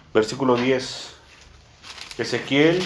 versículo 10. Ezequiel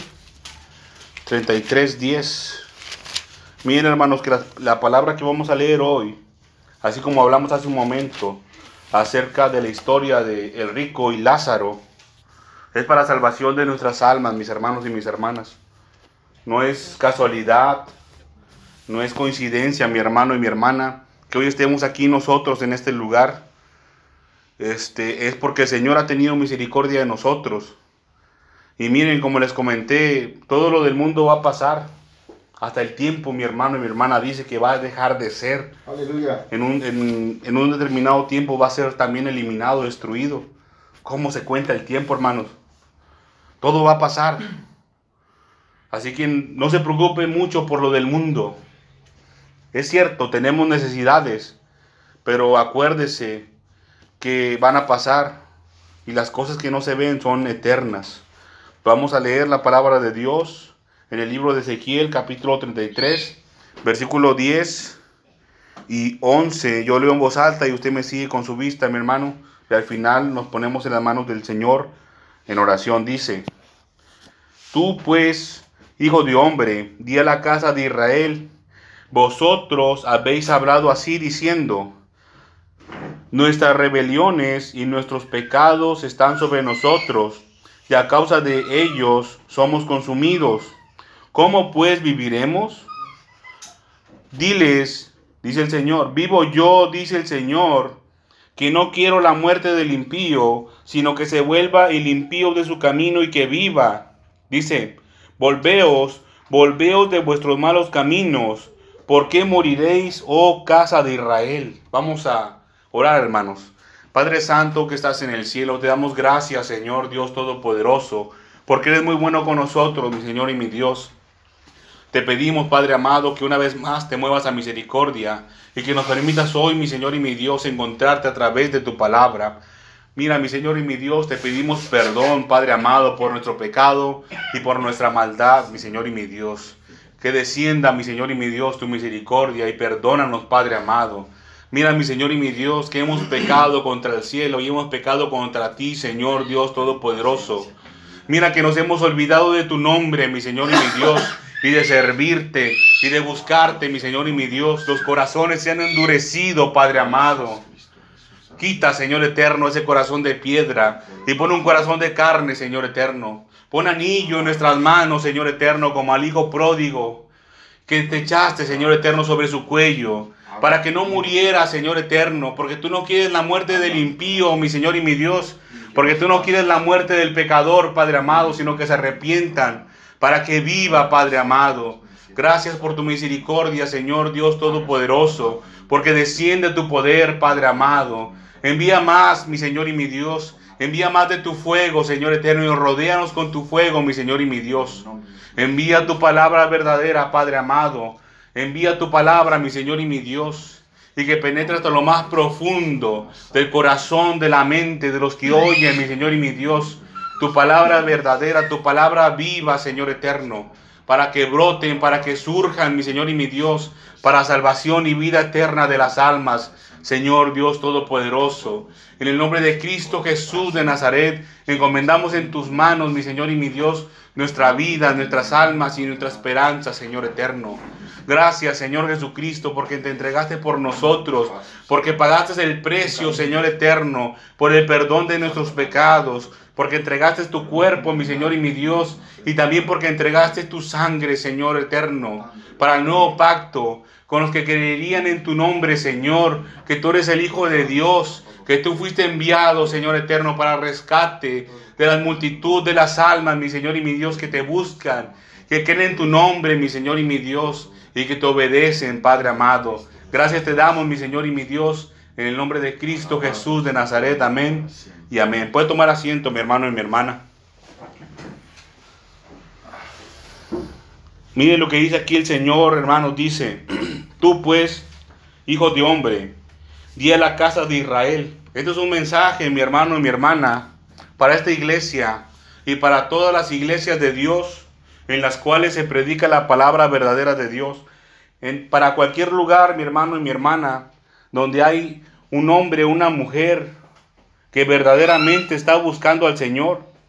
33:10. Miren, hermanos, que la palabra que vamos a leer hoy, así como hablamos hace un momento acerca de la historia de el rico y Lázaro, es para salvación de nuestras almas, mis hermanos y mis hermanas. No es casualidad, no es coincidencia, mi hermano y mi hermana, que hoy estemos aquí nosotros en este lugar. Es porque el Señor ha tenido misericordia de nosotros. Y miren, como les comenté, todo lo del mundo va a pasar. Hasta el tiempo, mi hermano y mi hermana, dice que va a dejar de ser. Aleluya. En un determinado tiempo va a ser también eliminado, destruido. ¿Cómo se cuenta el tiempo, hermanos? Todo va a pasar. Así que no se preocupe mucho por lo del mundo. Es cierto, tenemos necesidades, pero acuérdese que van a pasar y las cosas que no se ven son eternas. Vamos a leer la palabra de Dios en el libro de Ezequiel, capítulo 33, versículo 10 y 11. Yo leo en voz alta y usted me sigue con su vista, mi hermano, y al final nos ponemos en las manos del Señor en oración. Dice: Tú pues, hijo de hombre, di a la casa de Israel: vosotros habéis hablado así diciendo: nuestras rebeliones y nuestros pecados están sobre nosotros, y a causa de ellos somos consumidos. ¿Cómo pues viviremos? Diles, dice el Señor: vivo yo, dice el Señor, que no quiero la muerte del impío, sino que se vuelva el impío de su camino y que viva. Dice: volveos de vuestros malos caminos. ¿Por qué moriréis, oh casa de Israel? Vamos a orar, hermanos. Padre Santo que estás en el cielo, te damos gracias, Señor Dios Todopoderoso, porque eres muy bueno con nosotros, mi Señor y mi Dios. Te pedimos, Padre amado, que una vez más te muevas a misericordia y que nos permitas hoy, mi Señor y mi Dios, encontrarte a través de tu palabra. Mira, mi Señor y mi Dios, te pedimos perdón, Padre amado, por nuestro pecado y por nuestra maldad, mi Señor y mi Dios. Que descienda, mi Señor y mi Dios, tu misericordia y perdónanos, Padre amado. Mira, mi Señor y mi Dios, que hemos pecado contra el cielo y hemos pecado contra ti, Señor Dios Todopoderoso. Mira que nos hemos olvidado de tu nombre, mi Señor y mi Dios, y de servirte y de buscarte, mi Señor y mi Dios. Los corazones se han endurecido, Padre amado. Quita, Señor eterno, ese corazón de piedra y pon un corazón de carne, Señor eterno. Pon anillo en nuestras manos, Señor eterno, como al hijo pródigo que te echaste, Señor eterno, sobre su cuello, para que no muriera, Señor eterno, porque tú no quieres la muerte del impío, mi Señor y mi Dios, porque tú no quieres la muerte del pecador, Padre amado, sino que se arrepientan, para que viva, Padre amado. Gracias por tu misericordia, Señor Dios Todopoderoso, porque desciende tu poder, Padre amado. Envía más, mi Señor y mi Dios. Envía más de tu fuego, Señor eterno, y rodéanos con tu fuego, mi Señor y mi Dios. Envía tu palabra verdadera, Padre amado. Envía tu palabra, mi Señor y mi Dios, y que penetre hasta lo más profundo del corazón, de la mente, de los que oyen, mi Señor y mi Dios. Tu palabra verdadera, tu palabra viva, Señor eterno, para que broten, para que surjan, mi Señor y mi Dios, para salvación y vida eterna de las almas, Señor Dios Todopoderoso. En el nombre de Cristo Jesús de Nazaret, encomendamos en tus manos, mi Señor y mi Dios, nuestra vida, nuestras almas y nuestra esperanza, Señor eterno. Gracias, Señor Jesucristo, porque te entregaste por nosotros, porque pagaste el precio, Señor eterno, por el perdón de nuestros pecados, porque entregaste tu cuerpo, mi Señor y mi Dios, y también porque entregaste tu sangre, Señor eterno, para el nuevo pacto, con los que creerían en tu nombre, Señor, que tú eres el Hijo de Dios, que tú fuiste enviado, Señor eterno, para rescate de la multitud de las almas, mi Señor y mi Dios, que te buscan, que creen en tu nombre, mi Señor y mi Dios, y que te obedecen, Padre amado. Gracias te damos, mi Señor y mi Dios, en el nombre de Cristo Jesús de Nazaret. Amén y amén. Puede tomar asiento, mi hermano y mi hermana. Mire lo que dice aquí el Señor, hermanos. Dice: tú pues, hijo de hombre, di a la casa de Israel. Este es un mensaje, mi hermano y mi hermana, para esta iglesia y para todas las iglesias de Dios en las cuales se predica la palabra verdadera de Dios. Para cualquier lugar, mi hermano y mi hermana, donde hay un hombre o una mujer que verdaderamente está buscando al Señor,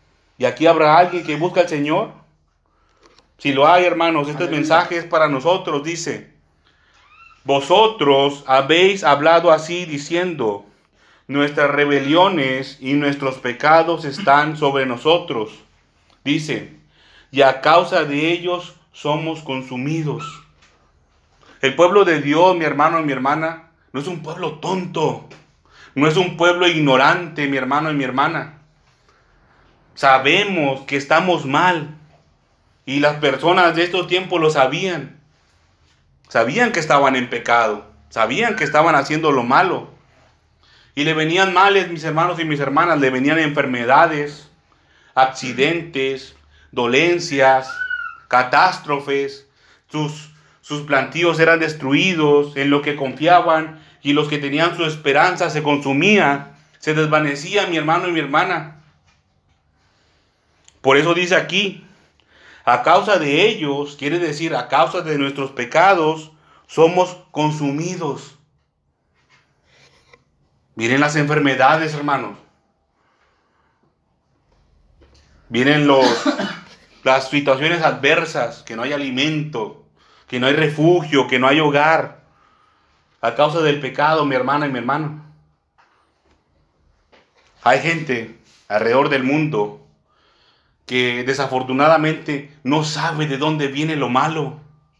¿Y aquí habrá alguien que busca al Señor? Si lo hay, hermanos, este mensaje es para nosotros. Dice: vosotros habéis hablado así diciendo: nuestras rebeliones y nuestros pecados están sobre nosotros. Dice: y a causa de ellos somos consumidos. El pueblo de Dios, mi hermano y mi hermana, no es un pueblo tonto. No es un pueblo ignorante, mi hermano y mi hermana. Sabemos que estamos mal. Y las personas de estos tiempos lo sabían. Sabían que estaban en pecado. Sabían que estaban haciendo lo malo. Y le venían males, mis hermanos y mis hermanas. Le venían enfermedades, accidentes, dolencias, catástrofes. Sus plantíos eran destruidos en lo que confiaban. Y los que tenían su esperanza se consumían. Se desvanecía, mi hermano y mi hermana. Por eso dice aquí: a causa de ellos, quiere decir a causa de nuestros pecados, somos consumidos. Miren las enfermedades, hermanos. Vienen las situaciones adversas, que no hay alimento, que no hay refugio, que no hay hogar. A causa del pecado, mi hermana y mi hermano. Hay gente alrededor del mundo que desafortunadamente no sabe de dónde viene lo malo.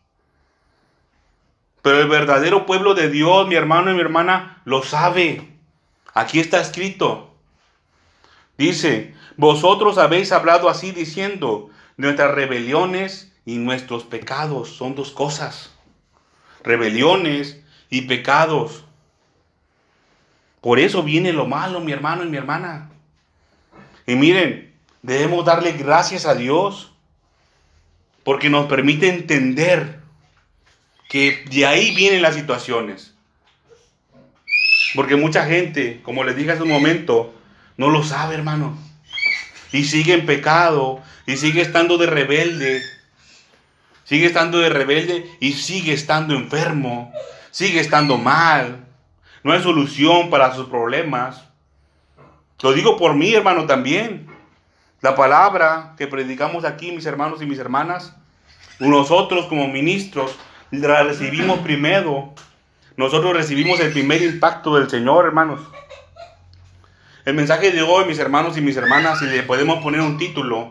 Pero el verdadero pueblo de Dios, mi hermano y mi hermana, lo sabe. Aquí está escrito. Dice: vosotros habéis hablado así diciendo: nuestras rebeliones y nuestros pecados. Son dos cosas: rebeliones y pecados. Por eso viene lo malo, mi hermano y mi hermana. Y miren, debemos darle gracias a Dios porque nos permite entender que de ahí vienen las situaciones. Porque mucha gente, como les dije hace un momento, no lo sabe, hermano. Y sigue en pecado, y sigue estando de rebelde. Sigue estando de rebelde y sigue estando enfermo. Sigue estando mal. No hay solución para sus problemas. Lo digo por mí, hermano, también. La palabra que predicamos aquí, mis hermanos y mis hermanas, nosotros como ministros la recibimos primero. Nosotros recibimos el primer impacto del Señor, hermanos. El mensaje de hoy, mis hermanos y mis hermanas, si le podemos poner un título,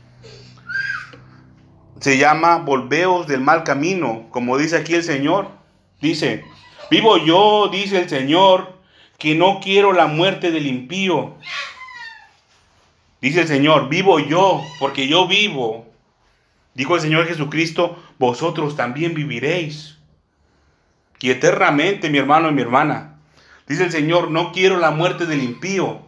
se llama: volveos del mal camino. Como dice aquí el Señor, dice: vivo yo, dice el Señor, que no quiero la muerte del impío. Dice el Señor: vivo yo, porque yo vivo. Dijo el Señor Jesucristo: vosotros también viviréis. Y eternamente, mi hermano y mi hermana. Dice el Señor: no quiero la muerte del impío.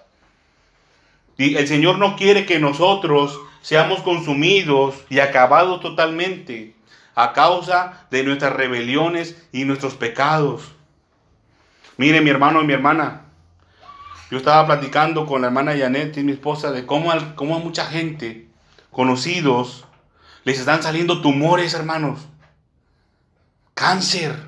Y el Señor no quiere que nosotros seamos consumidos y acabados totalmente a causa de nuestras rebeliones y nuestros pecados. Mire, mi hermano y mi hermana, yo estaba platicando con la hermana Janet, mi esposa, de cómo a mucha gente, conocidos, les están saliendo tumores, hermanos. Cáncer.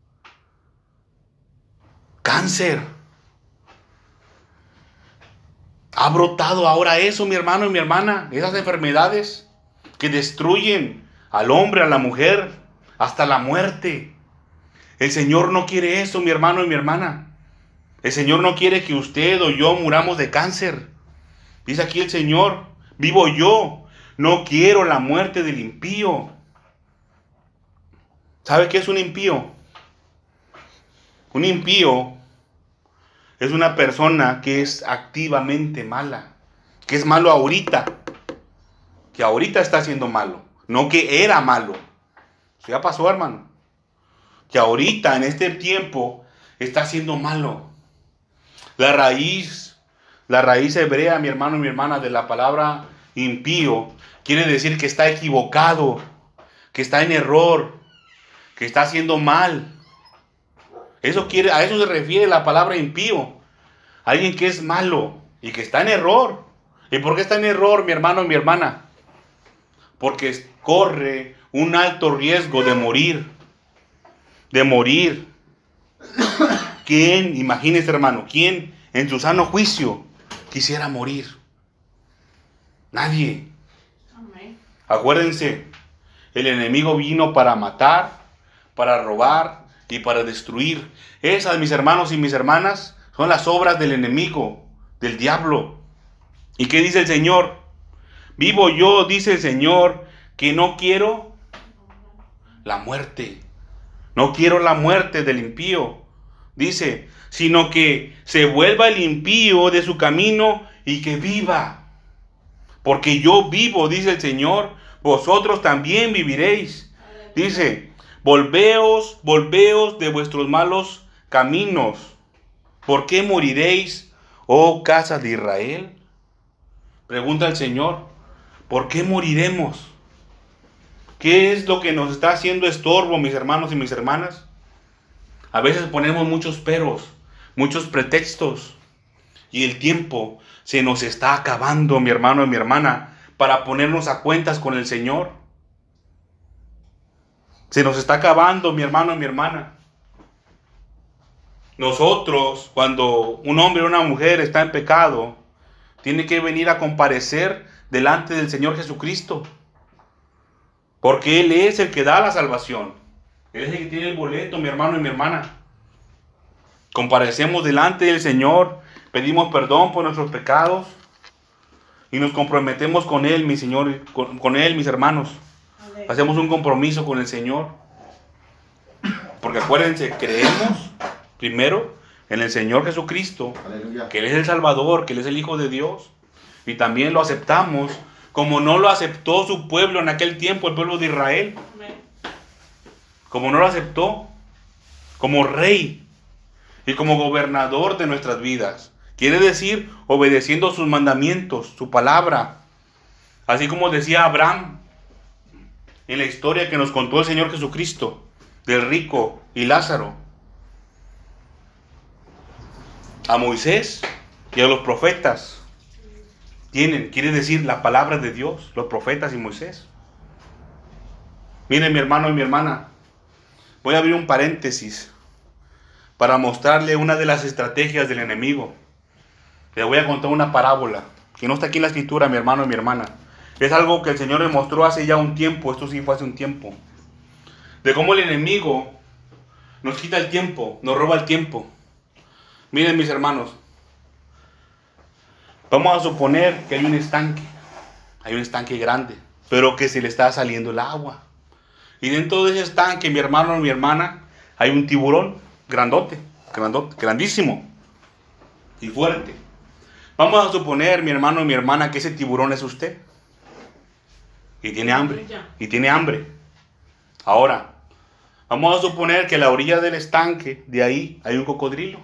Ha brotado ahora eso, mi hermano y mi hermana. Esas enfermedades que destruyen al hombre, a la mujer, hasta la muerte. El Señor no quiere eso, mi hermano y mi hermana. El Señor no quiere que usted o yo muramos de cáncer. Dice aquí el Señor: vivo yo, no quiero la muerte del impío. ¿Sabe qué es un impío? Un impío es una persona que es activamente mala, que es malo ahorita, que ahorita está siendo malo, no que era malo. Eso ya pasó, hermano. Que ahorita, en este tiempo, está siendo malo. La raíz hebrea, mi hermano y mi hermana, de la palabra impío, quiere decir que está equivocado, que está en error, que está haciendo mal. A eso se refiere la palabra impío. Alguien que es malo y que está en error. ¿Y por qué está en error, mi hermano y mi hermana? Porque corre un alto riesgo de morir. ¿Quién, imagínese, hermano, quién en su sano juicio quisiera morir? Nadie. Amén. Acuérdense, el enemigo vino para matar, para robar y para destruir. Esas, mis hermanos y mis hermanas, son las obras del enemigo, del diablo. ¿Y qué dice el Señor? Vivo yo, dice el Señor, que no quiero la muerte. No quiero la muerte del impío. Dice, sino que se vuelva el impío de su camino y que viva. Porque yo vivo, dice el Señor, vosotros también viviréis. Dice, volveos de vuestros malos caminos. ¿Por qué moriréis, oh casa de Israel? Pregunta el Señor, ¿por qué moriremos? ¿Qué es lo que nos está haciendo estorbo, mis hermanos y mis hermanas? A veces ponemos muchos peros, muchos pretextos, y el tiempo se nos está acabando, mi hermano y mi hermana, para ponernos a cuentas con el Señor. Se nos está acabando, mi hermano y mi hermana. Nosotros, cuando un hombre o una mujer está en pecado, tiene que venir a comparecer delante del Señor Jesucristo. Porque Él es el que da la salvación. Él es el que tiene el boleto, mi hermano y mi hermana. Comparecemos delante del Señor, pedimos perdón por nuestros pecados y nos comprometemos con Él, mi Señor, con Él, mis hermanos. Hacemos un compromiso con el Señor. Porque acuérdense, creemos primero en el Señor Jesucristo, Aleluya. que Él es el Salvador, que Él es el Hijo de Dios. Y también lo aceptamos como no lo aceptó su pueblo en aquel tiempo, el pueblo de Israel. Como no lo aceptó como rey y como gobernador de nuestras vidas. Quiere decir, obedeciendo sus mandamientos, su palabra. Así como decía Abraham en la historia que nos contó el Señor Jesucristo, del rico y Lázaro. A Moisés y a los profetas quiere decir la palabra de Dios, los profetas y Moisés. Miren, mi hermano y mi hermana, voy a abrir un paréntesis para mostrarle una de las estrategias del enemigo. Le voy a contar una parábola que no está aquí en la escritura, mi hermano y mi hermana. Es algo que el Señor me mostró hace ya un tiempo, esto sí fue hace un tiempo. De cómo el enemigo nos quita el tiempo, nos roba el tiempo. Miren, mis hermanos, vamos a suponer que hay un estanque grande, pero que se le está saliendo el agua. Y dentro de ese estanque, mi hermano y mi hermana, hay un tiburón grandote, grandísimo y fuerte. Vamos a suponer, mi hermano y mi hermana, que ese tiburón es usted. Y tiene hambre. Ahora, vamos a suponer que a la orilla del estanque, de ahí, hay un cocodrilo.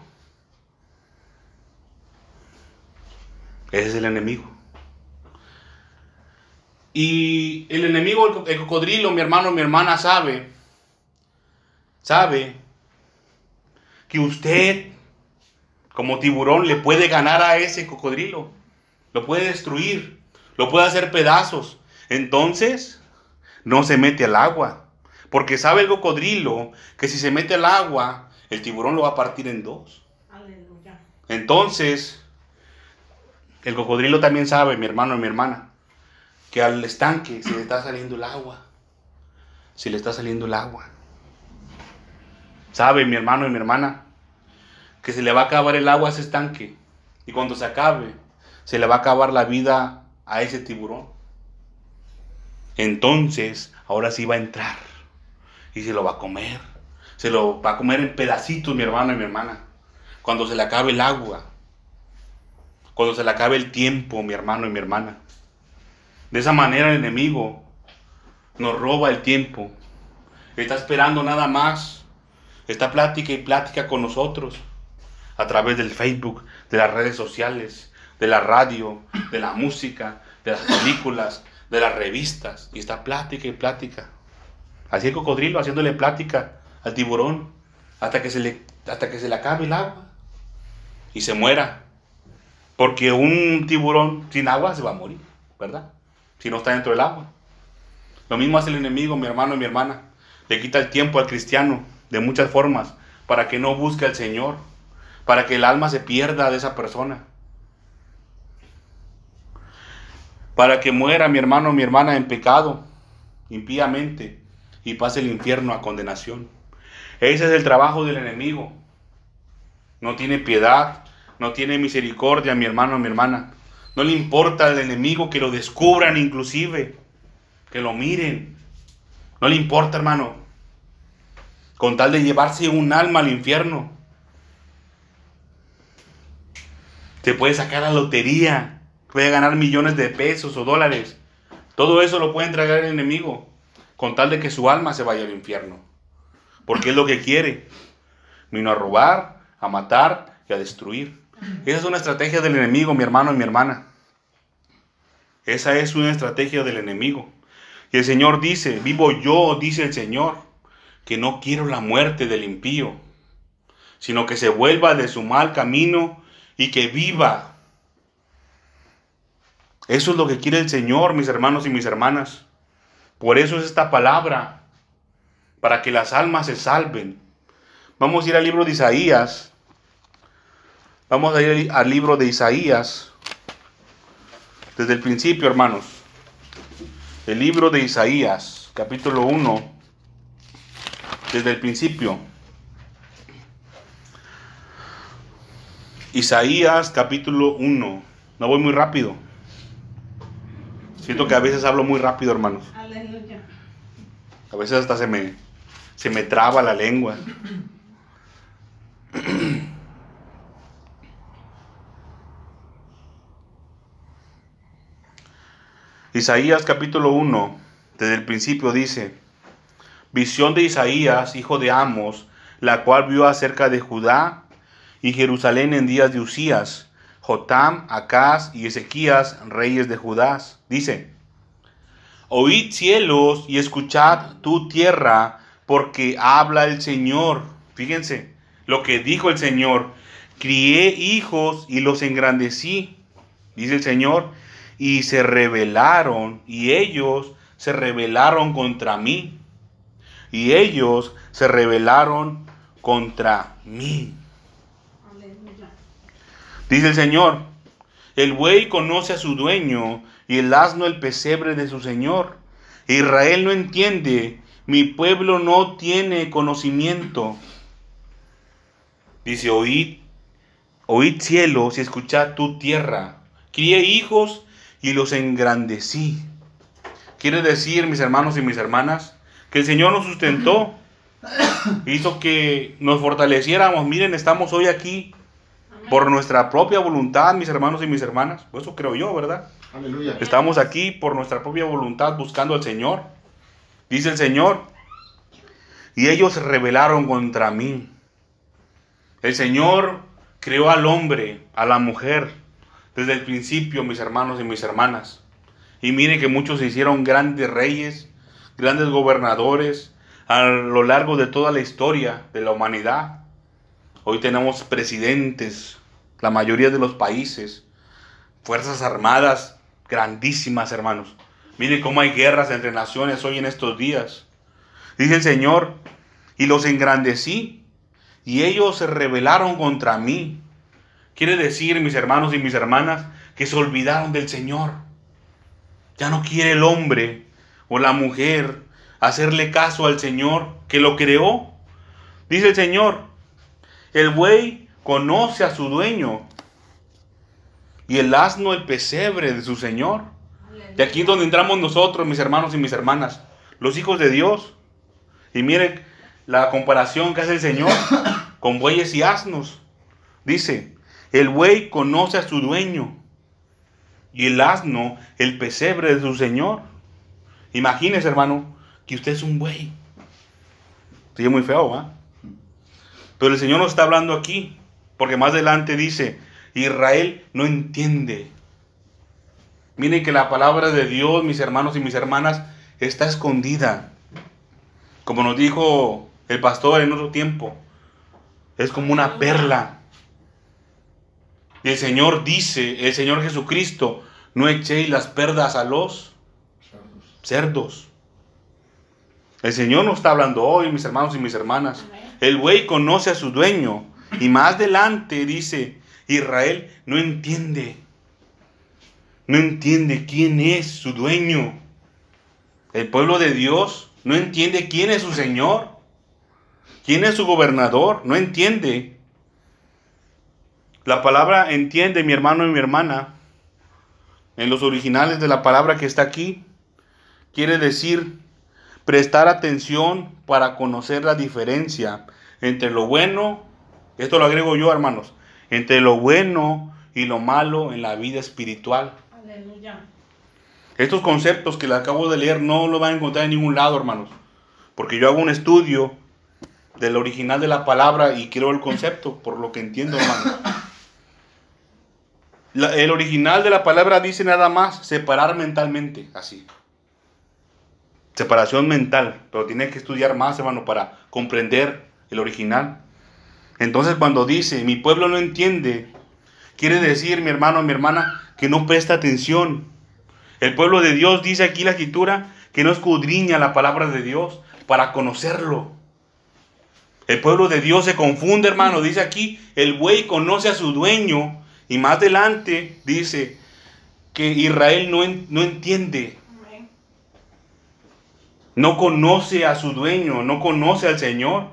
Ese es el enemigo. Y el enemigo, el cocodrilo, mi hermano, mi hermana, sabe que usted, como tiburón, le puede ganar a ese cocodrilo. Lo puede destruir, lo puede hacer pedazos. Entonces, no se mete al agua. Porque sabe el cocodrilo que si se mete al agua, el tiburón lo va a partir en dos. Aleluya. Entonces, el cocodrilo también sabe, mi hermano y mi hermana, que al estanque se le está saliendo el agua. Se le está saliendo el agua. Sabe, mi hermano y mi hermana, que se le va a acabar el agua a ese estanque. Y cuando se acabe, se le va a acabar la vida a ese tiburón. Entonces, ahora sí va a entrar. Y se lo va a comer. Se lo va a comer en pedacitos, mi hermano y mi hermana. Cuando se le acabe el agua. Cuando se le acabe el tiempo, mi hermano y mi hermana. De esa manera el enemigo nos roba el tiempo. Está esperando nada más. Está plática y plática con nosotros. A través del Facebook, de las redes sociales, de la radio, de la música, de las películas, de las revistas. Y está plática y plática. Así el cocodrilo haciéndole plática al tiburón. Hasta que se le acabe el agua. Y se muera. Porque un tiburón sin agua se va a morir, ¿verdad? Si no está dentro del agua. Lo mismo hace el enemigo, mi hermano y mi hermana. Le quita el tiempo al cristiano de muchas formas para que no busque al Señor, para que el alma se pierda de esa persona. para que muera mi hermano o mi hermana en pecado, impíamente, y pase el infierno a condenación. Ese es el trabajo del enemigo. No tiene piedad, no tiene misericordia, mi hermano o mi hermana. No le importa al enemigo que lo descubran inclusive, que lo miren. No le importa, hermano, con tal de llevarse un alma al infierno. Se puede sacar la lotería, puede ganar millones de pesos o dólares. Todo eso lo puede entregar el enemigo, con tal de que su alma se vaya al infierno. Porque es lo que quiere. Vino a robar, a matar y a destruir. Esa es una estrategia del enemigo, mi hermano y mi hermana. Esa es una estrategia del enemigo. Y el Señor dice, vivo yo, dice el Señor, que no quiero la muerte del impío, sino que se vuelva de su mal camino y que viva. Eso es lo que quiere el Señor, mis hermanos y mis hermanas. Por eso es esta palabra, para que las almas se salven. Vamos a ir al libro de Isaías. Vamos a ir al libro de Isaías. Desde el principio, hermanos. El libro de Isaías, capítulo 1. Desde el principio. Isaías, capítulo 1. No voy muy rápido. Siento que a veces hablo muy rápido, hermanos. Aleluya. A veces hasta se me traba la lengua. Isaías capítulo 1, desde el principio dice: visión de Isaías, hijo de Amos, la cual vio acerca de Judá y Jerusalén en días de Usías, Jotam, Acaz y Ezequías, reyes de Judá. Dice: oíd cielos y escuchad tu tierra, porque habla el Señor. Fíjense lo que dijo el Señor: crié hijos y los engrandecí, dice el Señor, y se rebelaron, y ellos se rebelaron contra mí. Y ellos se rebelaron contra mí. Aleluya. Dice el Señor: el buey conoce a su dueño, y el asno el pesebre de su señor. Israel no entiende, mi pueblo no tiene conocimiento. Dice: oíd cielos y escuchad tu tierra. Crié hijos y los engrandecí. Quiere decir, mis hermanos y mis hermanas, que el Señor nos sustentó, hizo que nos fortaleciéramos. Miren, estamos hoy aquí por nuestra propia voluntad, mis hermanos y mis hermanas. Pues eso creo yo, ¿verdad? Aleluya. Estamos aquí por nuestra propia voluntad buscando al Señor. Dice el Señor: y ellos se rebelaron contra mí. El Señor creó al hombre, a la mujer, desde el principio, mis hermanos y mis hermanas. Y miren que muchos se hicieron grandes reyes, grandes gobernadores a lo largo de toda la historia de la humanidad. Hoy tenemos presidentes, la mayoría de los países, fuerzas armadas grandísimas, hermanos. Miren cómo hay guerras entre naciones hoy en estos días. Dice el Señor: y los engrandecí, y ellos se rebelaron contra mí. Quiere decir, mis hermanos y mis hermanas, que se olvidaron del Señor. Ya no quiere el hombre o la mujer hacerle caso al Señor que lo creó. Dice el Señor: el buey conoce a su dueño, y el asno el pesebre de su señor. Y aquí es donde entramos nosotros, mis hermanos y mis hermanas, los hijos de Dios. Y miren la comparación que hace el Señor con bueyes y asnos. Dice: el buey conoce a su dueño, y el asno el pesebre de su señor. Imagínese, hermano, que usted es un buey. Sería muy feo, ¿va? Pero el Señor nos está hablando aquí, porque más adelante dice: Israel no entiende. Miren que la palabra de Dios, mis hermanos y mis hermanas, está escondida. Como nos dijo el pastor en otro tiempo, es como una perla. Y el Señor dice, el Señor Jesucristo: no echéis las perlas a los cerdos. El Señor nos está hablando hoy, mis hermanos y mis hermanas. El buey conoce a su dueño. Y más adelante dice: Israel no entiende. no entiende quién es su dueño. El pueblo de Dios no entiende quién es su Señor, quién es su gobernador, no entiende. La palabra entiende, mi hermano y mi hermana, en los originales de la palabra que está aquí, quiere decir prestar atención para conocer la diferencia entre lo bueno, esto lo agrego yo, hermanos, entre lo bueno y lo malo en la vida espiritual. Aleluya. Estos conceptos que les acabo de leer no lo van a encontrar en ningún lado, hermanos, porque yo hago un estudio del original de la palabra y creo el concepto, por lo que entiendo, hermanos. El original de la palabra dice nada más separar mentalmente, así. Separación mental, pero tiene que estudiar más, hermano, para comprender el original. Entonces, cuando dice, mi pueblo no entiende, quiere decir, mi hermano, mi hermana, que no presta atención. El pueblo de Dios, dice aquí la Escritura, que no escudriña la palabra de Dios para conocerlo. El pueblo de Dios se confunde, hermano. Dice aquí, el buey conoce a su dueño. Y más adelante dice que Israel no entiende. Amén. No conoce a su dueño, no conoce al Señor.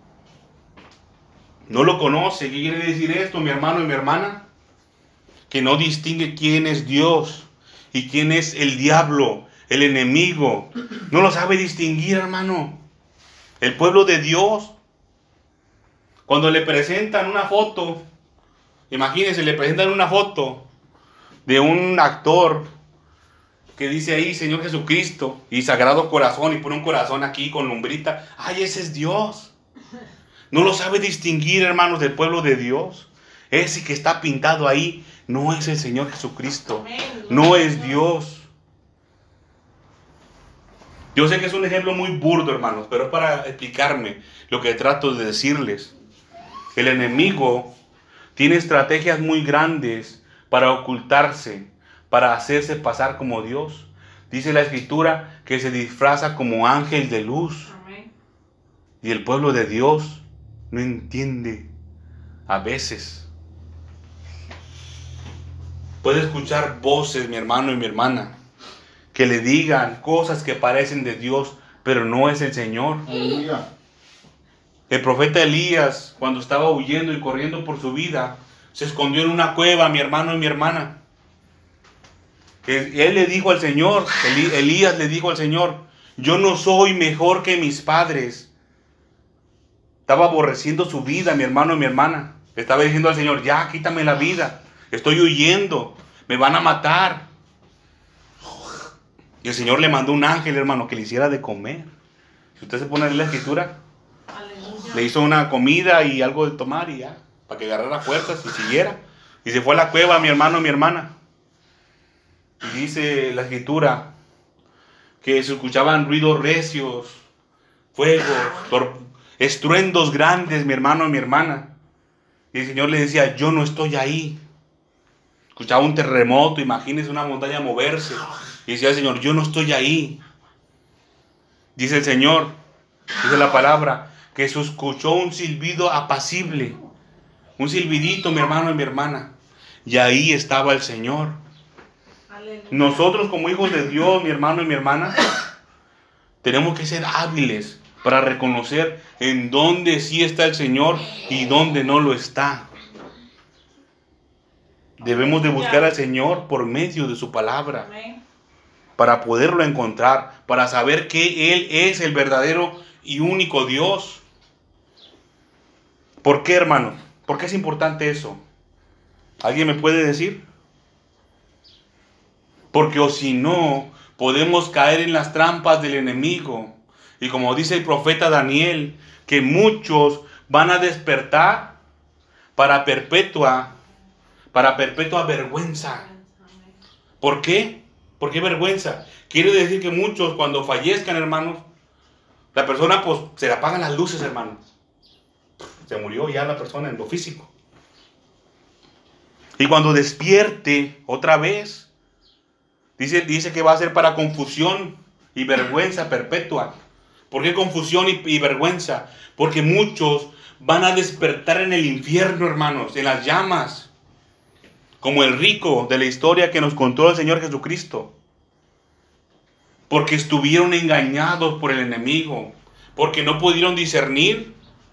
No lo conoce. ¿Qué quiere decir esto, mi hermano y mi hermana? Que no distingue quién es Dios y quién es el diablo, el enemigo. No lo sabe distinguir, hermano. El pueblo de Dios, cuando le presentan una foto, imagínense, le presentan una foto de un actor que dice ahí Señor Jesucristo y Sagrado Corazón y pone un corazón aquí con lumbrita. ¡Ay, ese es Dios! No lo sabe distinguir, hermanos, del pueblo de Dios. Ese que está pintado ahí no es el Señor Jesucristo. No es Dios. Yo sé que es un ejemplo muy burdo, hermanos, pero es para explicarme lo que trato de decirles. El enemigo tiene estrategias muy grandes para ocultarse, para hacerse pasar como Dios. Dice la Escritura que se disfraza como ángel de luz. Amén. Y el pueblo de Dios no entiende a veces. Puede escuchar voces, mi hermano y mi hermana, que le digan cosas que parecen de Dios, pero no es el Señor. Aleluya. El profeta Elías, cuando estaba huyendo y corriendo por su vida, se escondió en una cueva, mi hermano y mi hermana. Él le dijo al Señor, Elías le dijo al Señor, yo no soy mejor que mis padres. Estaba aborreciendo su vida, mi hermano y mi hermana. Le estaba diciendo al Señor, ya, quítame la vida. Estoy huyendo, me van a matar. Y el Señor le mandó un ángel, hermano, que le hiciera de comer. Si usted se pone a leer la Escritura, Aleluya. le hizo una comida y algo de tomar y ya, para que agarrara fuerzas y siguiera. Y se fue a la cueva, mi hermano y mi hermana. Y dice la Escritura que se escuchaban ruidos recios, fuegos, estruendos grandes, mi hermano y mi hermana. Y el Señor le decía, yo no estoy ahí. Escuchaba un terremoto, imagínese una montaña moverse. Y decía el Señor, yo no estoy ahí. Dice el Señor, dice la palabra, que se escuchó un silbido apacible. Un silbidito, mi hermano y mi hermana. Y ahí estaba el Señor. Aleluya. Nosotros como hijos de Dios, mi hermano y mi hermana, tenemos que ser hábiles para reconocer en dónde sí está el Señor y dónde no lo está. Debemos de buscar al Señor por medio de su palabra, Amén. para poderlo encontrar, para saber que Él es el verdadero y único Dios. ¿Por qué, hermano? ¿Por qué es importante eso? ¿Alguien me puede decir? Porque o si no, podemos caer en las trampas del enemigo. Y como dice el profeta Daniel, que muchos van a despertar para perpetua vergüenza. ¿Por qué? ¿Por qué vergüenza? Quiere decir que muchos cuando fallezcan, hermanos, la persona pues se le apagan las luces, hermanos. Se murió ya la persona en lo físico. Y cuando despierte otra vez, dice que va a ser para confusión y vergüenza perpetua. ¿Por qué confusión y vergüenza? Porque muchos van a despertar en el infierno, hermanos, en las llamas. como el rico de la historia que nos contó el Señor Jesucristo. Porque estuvieron engañados por el enemigo, porque no pudieron discernir,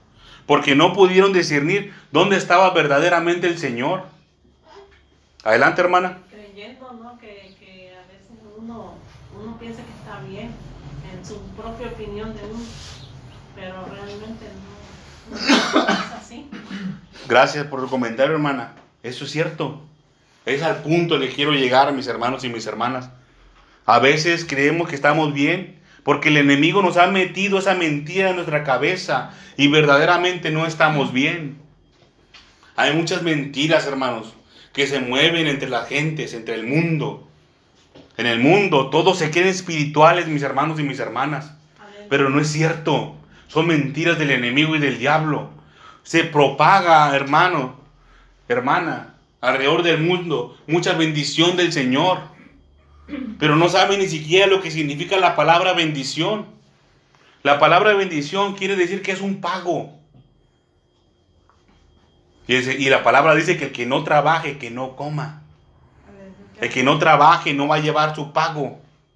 dónde estaba verdaderamente el Señor. Adelante, hermana. Creyendo, ¿no? Que a veces uno piensa que está bien en su propia opinión de uno, pero realmente no es así. Gracias por tu comentario, hermana. Eso es cierto. Es al punto que quiero llegar, mis hermanos y mis hermanas. A veces creemos que estamos bien porque el enemigo nos ha metido esa mentira en nuestra cabeza y verdaderamente no estamos bien. Hay muchas mentiras, hermanos, que se mueven entre las gentes, entre el mundo. En el mundo todos se creen espirituales, mis hermanos y mis hermanas. Pero no es cierto. Son mentiras del enemigo y del diablo. Se propaga, hermano, hermana, alrededor del mundo mucha bendición del Señor. Pero no saben ni siquiera lo que significa la palabra bendición. La palabra bendición quiere decir que es un pago. Y la palabra dice que el que no trabaje, que no coma. El que no trabaje no va a llevar su pago.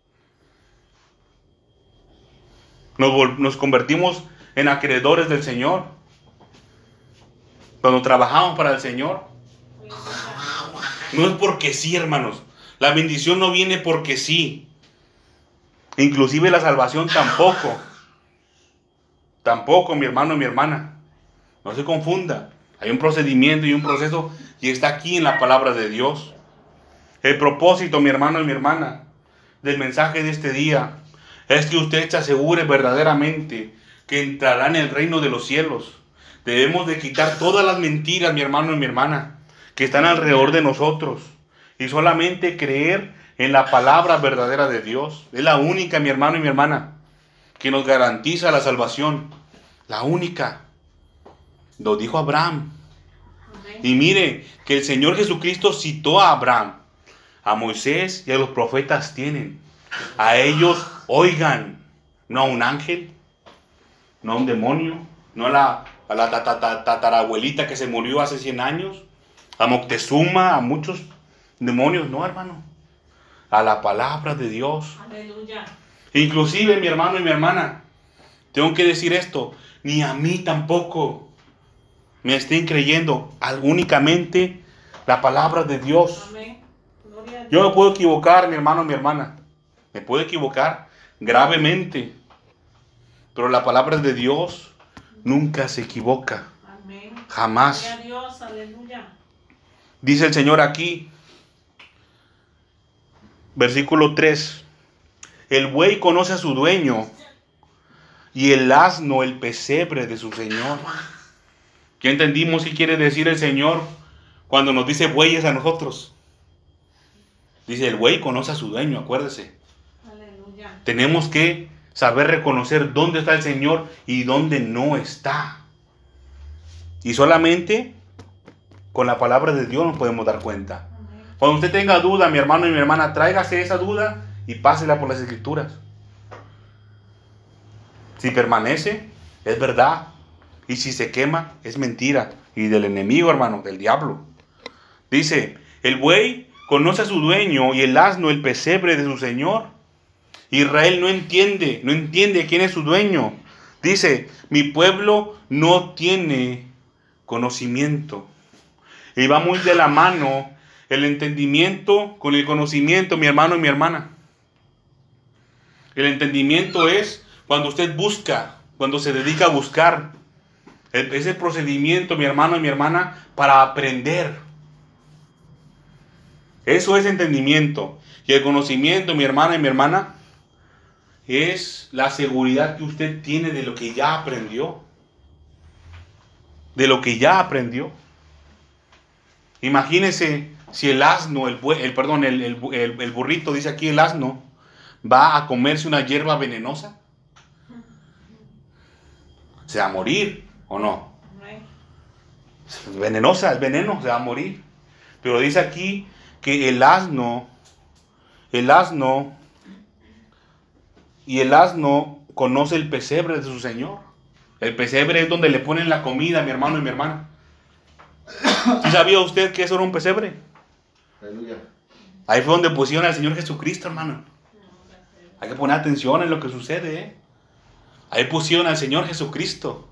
Nos convertimos en acreedores del Señor cuando trabajamos para el Señor. No es porque sí, hermanos. La bendición no viene porque sí. Inclusive la salvación tampoco. Tampoco, mi hermano y mi hermana. No se confunda. Hay un procedimiento y un proceso y está aquí en la palabra de Dios. El propósito, mi hermano y mi hermana, del mensaje de este día es que usted se asegure verdaderamente que entrará en el reino de los cielos. Debemos de quitar todas las mentiras, mi hermano y mi hermana, que están alrededor de nosotros y solamente creer en la palabra verdadera de Dios. Es la única, mi hermano y mi hermana, que nos garantiza la salvación. La única. Lo dijo Abraham. Y mire que el Señor Jesucristo citó a Abraham, a Moisés y a los profetas tienen. A ellos oigan, no a un ángel, no a un demonio, no a la tatarabuelita que se murió hace 100 años, a Moctezuma, a muchos demonios, no, hermano. A la palabra de Dios. Aleluya. Inclusive, mi hermano y mi hermana, tengo que decir esto, ni a mí tampoco me estén creyendo únicamente la palabra de Dios. Amén. Gloria a Dios. Yo me puedo equivocar, mi hermano, mi hermana. Me puedo equivocar gravemente. Pero la palabra de Dios nunca se equivoca. Amén. Jamás. Gloria a Dios. Aleluya. Dice el Señor aquí, versículo 3. El buey conoce a su dueño y el asno el pesebre de su señor. ¿Qué entendimos qué quiere decir el Señor cuando nos dice bueyes a nosotros? Dice, el buey conoce a su dueño, acuérdese. Aleluya. Tenemos que saber reconocer dónde está el Señor y dónde no está. Y solamente con la palabra de Dios nos podemos dar cuenta. Amén. Cuando usted tenga duda, mi hermano y mi hermana, tráigase esa duda y pásela por las Escrituras. Si permanece, es verdad. Y si se quema, es mentira. Y del enemigo, hermano, del diablo. Dice, el buey conoce a su dueño y el asno el pesebre de su señor. Israel no entiende quién es su dueño. Dice, mi pueblo no tiene conocimiento. Y va muy de la mano el entendimiento con el conocimiento, mi hermano y mi hermana. El entendimiento es cuando usted busca, cuando se dedica a buscar. Es el procedimiento, mi hermano y mi hermana, para aprender. Eso es entendimiento. Y el conocimiento, mi hermana y mi hermana, es la seguridad que usted tiene de lo que ya aprendió. De lo que ya aprendió. Imagínese si el asno, el burrito, dice aquí el asno, va a comerse una hierba venenosa. Se va a morir, ¿o no? Amén. Es venenosa, es veneno, se va a morir. Pero dice aquí que el asno conoce el pesebre de su señor. El pesebre es donde le ponen la comida, mi hermano y mi hermana. ¿Sí sabía usted que eso era un pesebre? Aleluya. Ahí fue donde pusieron al Señor Jesucristo, hermano. Hay que poner atención en lo que sucede, ¿eh? Ahí pusieron al Señor Jesucristo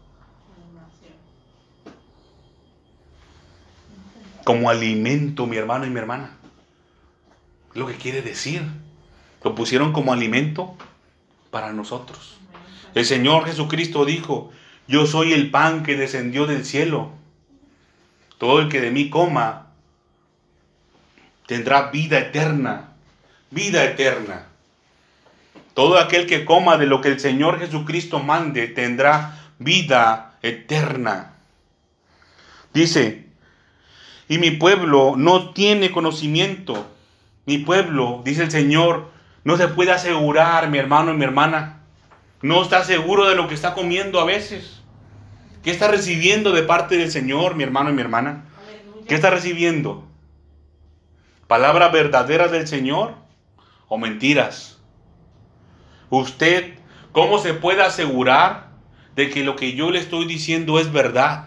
como alimento, mi hermano y mi hermana. Es lo que quiere decir. Lo pusieron como alimento para nosotros. El Señor Jesucristo dijo: yo soy el pan que descendió del cielo. Todo el que de mí coma tendrá vida eterna. Vida eterna. Todo aquel que coma de lo que el Señor Jesucristo mande tendrá vida eterna. Dice: y mi pueblo no tiene conocimiento. Mi pueblo, dice el Señor, no se puede asegurar, mi hermano y mi hermana. No está seguro de lo que está comiendo a veces. ¿Qué está recibiendo de parte del Señor, mi hermano y mi hermana? ¿Qué está recibiendo? ¿Palabras verdaderas del Señor o mentiras? Usted, ¿cómo se puede asegurar de que lo que yo le estoy diciendo es verdad?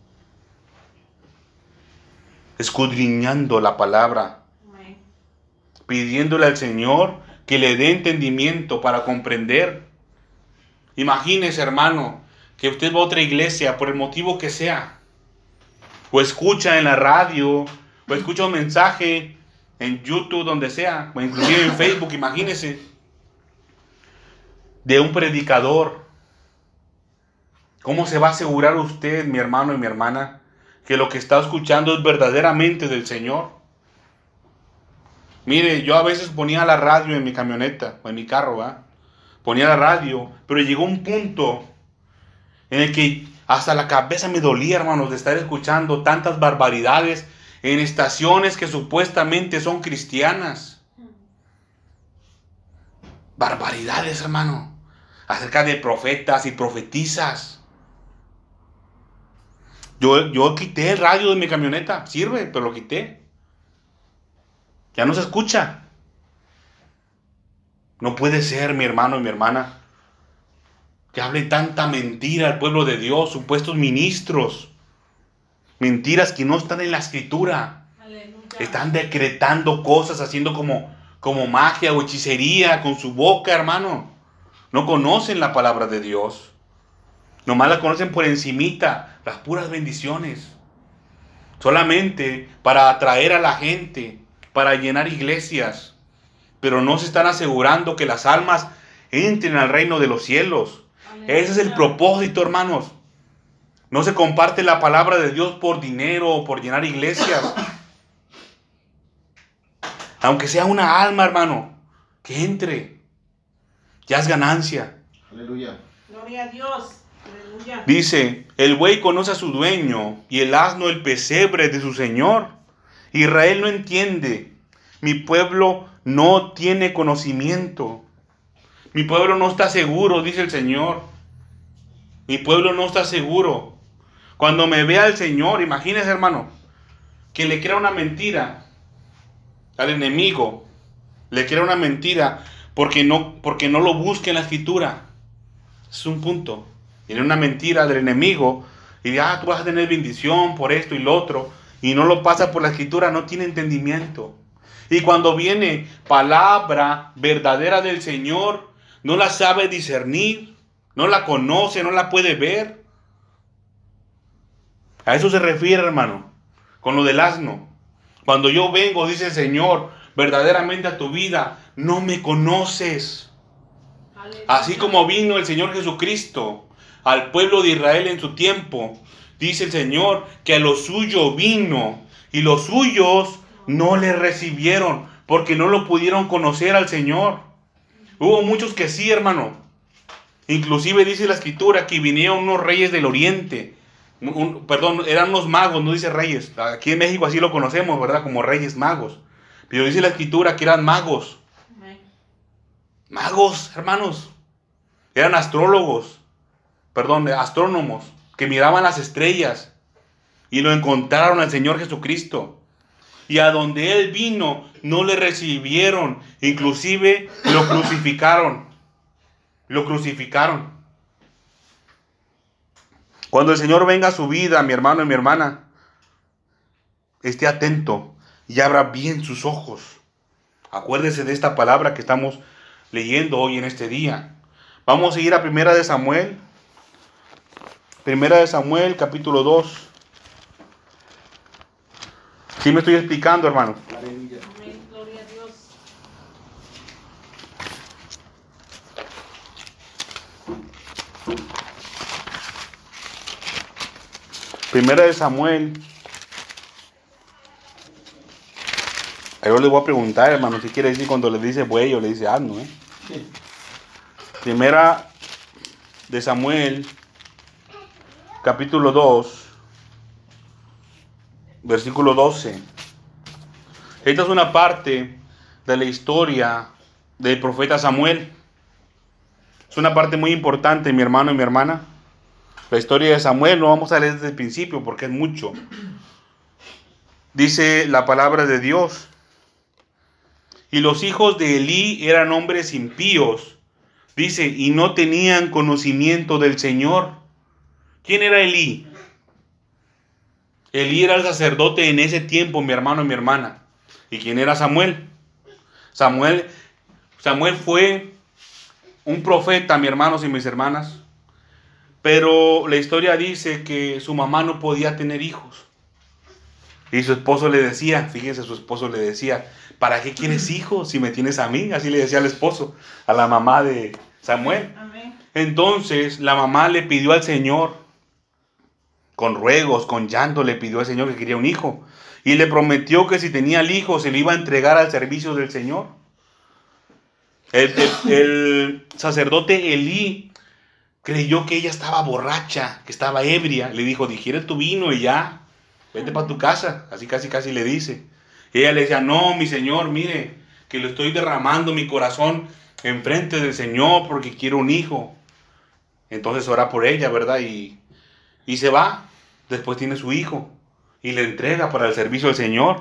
Escudriñando la palabra, pidiéndole al Señor que le dé entendimiento para comprender. Imagínese, hermano, que usted va a otra iglesia por el motivo que sea, o escucha en la radio, o escucha un mensaje en YouTube, donde sea, o inclusive en Facebook, imagínese, de un predicador. ¿Cómo se va a asegurar usted, mi hermano y mi hermana, que lo que está escuchando es verdaderamente del Señor? Mire, yo a veces ponía la radio en mi camioneta, o en mi carro, ¿va? Ponía la radio, pero llegó un punto en el que hasta la cabeza me dolía, hermanos, de estar escuchando tantas barbaridades en estaciones que supuestamente son cristianas. Barbaridades, hermano, acerca de profetas y profetizas. Yo quité el radio de mi camioneta, sirve, pero lo quité. Ya no se escucha. No puede ser, mi hermano y mi hermana, que hable tanta mentira al pueblo de Dios, supuestos ministros. Mentiras que no están en la Escritura. Aleluya. Están decretando cosas, haciendo como magia o hechicería con su boca, hermano. No conocen la palabra de Dios. Nomás la conocen por encimita, las puras bendiciones. Solamente para atraer a la gente, para llenar iglesias. Pero no se están asegurando que las almas entren al reino de los cielos. Ese es el propósito, hermanos. No se comparte la palabra de Dios por dinero o por llenar iglesias. Aunque sea una alma, hermano, que entre. Ya es ganancia. Aleluya. Gloria a Dios. Aleluya. Dice: el buey conoce a su dueño y el asno el pesebre de su señor. Israel no entiende. Mi pueblo no tiene conocimiento. Mi pueblo no está seguro, dice el Señor. Mi pueblo no está seguro. Cuando me vea el Señor, imagínese, hermano, que le crea una mentira al enemigo. Le crea una mentira porque no lo busque en la Escritura. Es un punto. Tiene una mentira del enemigo y dice: tú vas a tener bendición por esto y lo otro, y no lo pasa por la Escritura, no tiene entendimiento. Y cuando viene palabra verdadera del Señor, no la sabe discernir, no la conoce, no la puede ver. A eso se refiere, hermano, con lo del asno. Cuando yo vengo, dice el Señor, verdaderamente a tu vida, no me conoces. Aleluya. Así como vino el Señor Jesucristo al pueblo de Israel en su tiempo, dice el Señor que a lo suyo vino y los suyos no le recibieron porque no lo pudieron conocer al Señor. Hubo muchos que sí, hermano. Inclusive dice la Escritura que vinieron unos reyes del oriente. Eran unos magos, no dice reyes. Aquí en México así lo conocemos, ¿verdad? Como reyes magos. Pero dice la Escritura que eran magos. Amén. Magos, hermanos. Eran astrónomos, que miraban las estrellas y lo encontraron al Señor Jesucristo. Y a donde Él vino, no le recibieron. Inclusive lo crucificaron. Lo crucificaron. Cuando el Señor venga a su vida, mi hermano y mi hermana, esté atento y abra bien sus ojos. Acuérdese de esta palabra que estamos leyendo hoy en este día. Vamos a ir a Primera de Samuel. Primera de Samuel, capítulo 2. ¿Sí me estoy explicando, hermanos? Amén, gloria a Dios. Primera de Samuel. Yo les voy a preguntar, hermano, si quiere decir cuando le dice buey o le dice asno, Sí. Primera de Samuel, capítulo 2, versículo 12. Esta es una parte de la historia del profeta Samuel. Es una parte muy importante, mi hermano y mi hermana. La historia de Samuel no vamos a leer desde el principio porque es mucho. Dice la palabra de Dios. Y los hijos de Elí eran hombres impíos. Dice, y no tenían conocimiento del Señor. ¿Quién era Elí? Elí era el sacerdote en ese tiempo, mi hermano y mi hermana. ¿Y quién era Samuel? Samuel fue un profeta, mis hermanos y mis hermanas. Pero la historia dice que su mamá no podía tener hijos. Y su esposo le decía, fíjense, su esposo le decía, ¿para qué quieres hijos si me tienes a mí? Así le decía al esposo, a la mamá de Samuel. Amén. Entonces la mamá le pidió al Señor, con ruegos, con llanto, le pidió al Señor que quería un hijo. Y le prometió que si tenía el hijo se lo iba a entregar al servicio del Señor. El sacerdote Elí creyó que ella estaba borracha, que estaba ebria. Le dijo, digiere tu vino y ya, vete para tu casa. Así casi le dice. Y ella le decía, no, mi Señor, mire, que lo estoy derramando mi corazón enfrente del Señor porque quiero un hijo. Entonces ora por ella, ¿verdad? Y se va. Después tiene su hijo y le entrega para el servicio del Señor.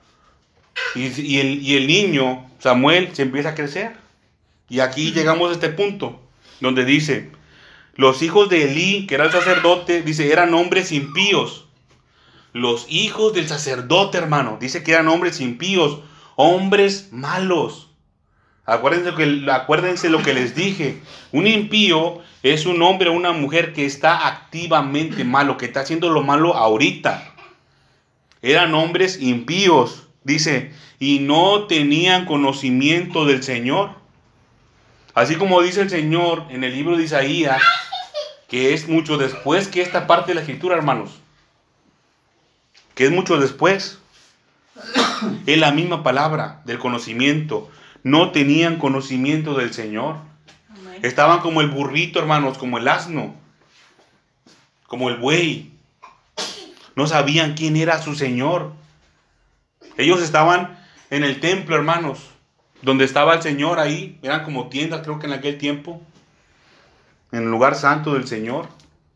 Y el niño, Samuel, se empieza a crecer. Y aquí llegamos a este punto donde dice, los hijos de Elí, que era el sacerdote, dice, eran hombres impíos. Los hijos del sacerdote, hermano, dice que eran hombres impíos, hombres malos. Acuérdense lo que les dije. Un impío es un hombre o una mujer que está activamente malo, que está haciendo lo malo ahorita. Eran hombres impíos, dice, y no tenían conocimiento del Señor. Así como dice el Señor en el libro de Isaías, que es mucho después que esta parte de la Escritura, hermanos. Que es mucho después. Es la misma palabra del conocimiento. No tenían conocimiento del Señor. Amén. Estaban como el burrito, hermanos, como el asno, como el buey. No sabían quién era su Señor. Ellos estaban en el templo, hermanos, donde estaba el Señor ahí. Eran como tiendas, creo que en aquel tiempo. En el lugar santo del Señor.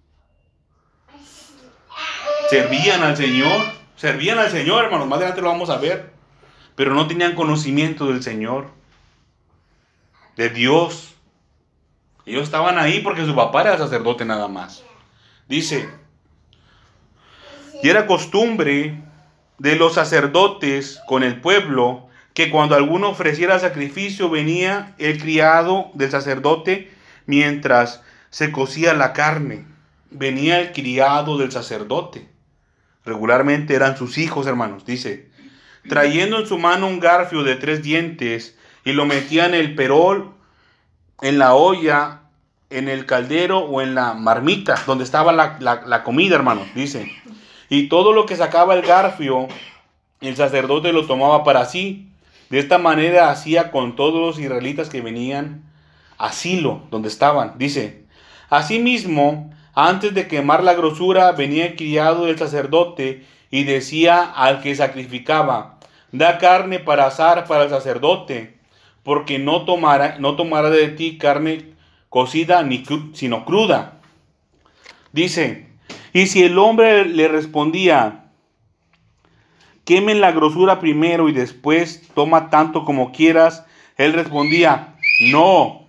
Servían al Señor, hermanos. Más adelante lo vamos a ver. Pero no tenían conocimiento del Señor, de Dios. Ellos estaban ahí porque su papá era sacerdote nada más. Dice, y era costumbre de los sacerdotes con el pueblo que cuando alguno ofreciera sacrificio venía el criado del sacerdote mientras se cocía la carne. Venía el criado del sacerdote. Regularmente eran sus hijos, hermanos, dice, trayendo en su mano un garfio de 3 dientes y lo metía en el perol, en la olla, en el caldero o en la marmita, donde estaba la comida, hermanos, dice. Y todo lo que sacaba el garfio, el sacerdote lo tomaba para sí. De esta manera hacía con todos los israelitas que venían a Silo, donde estaban, dice. Asimismo, antes de quemar la grosura, venía el criado del sacerdote y decía al que sacrificaba, da carne para asar para el sacerdote, porque no tomará de ti carne cocida sino cruda. Dice, y si el hombre le respondía, quemen la grosura primero y después toma tanto como quieras, él respondía, no,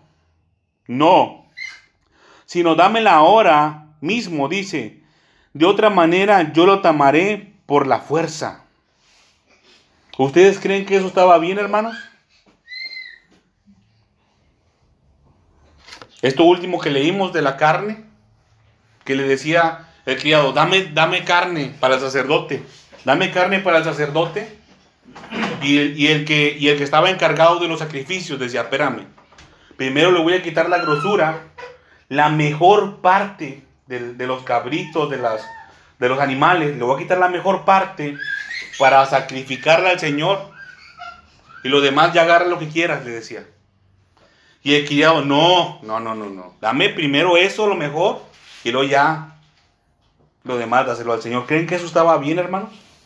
sino dámela ahora mismo, dice, de otra manera yo lo tomaré por la fuerza. ¿Ustedes creen que eso estaba bien, hermanos? Esto último que leímos de la carne, que le decía el criado, dame carne para el sacerdote, dame carne para el sacerdote. Y el que estaba encargado de los sacrificios decía, espérame, primero le voy a quitar la grosura, la mejor parte de los cabritos, de los animales, le voy a quitar la mejor parte para sacrificarla al Señor, y lo demás ya agarra lo que quieras, le decía. Y el criado, no, dame primero eso, lo mejor, y luego ya lo demás dáselo al Señor. ¿Creen que eso estaba bien, hermanos?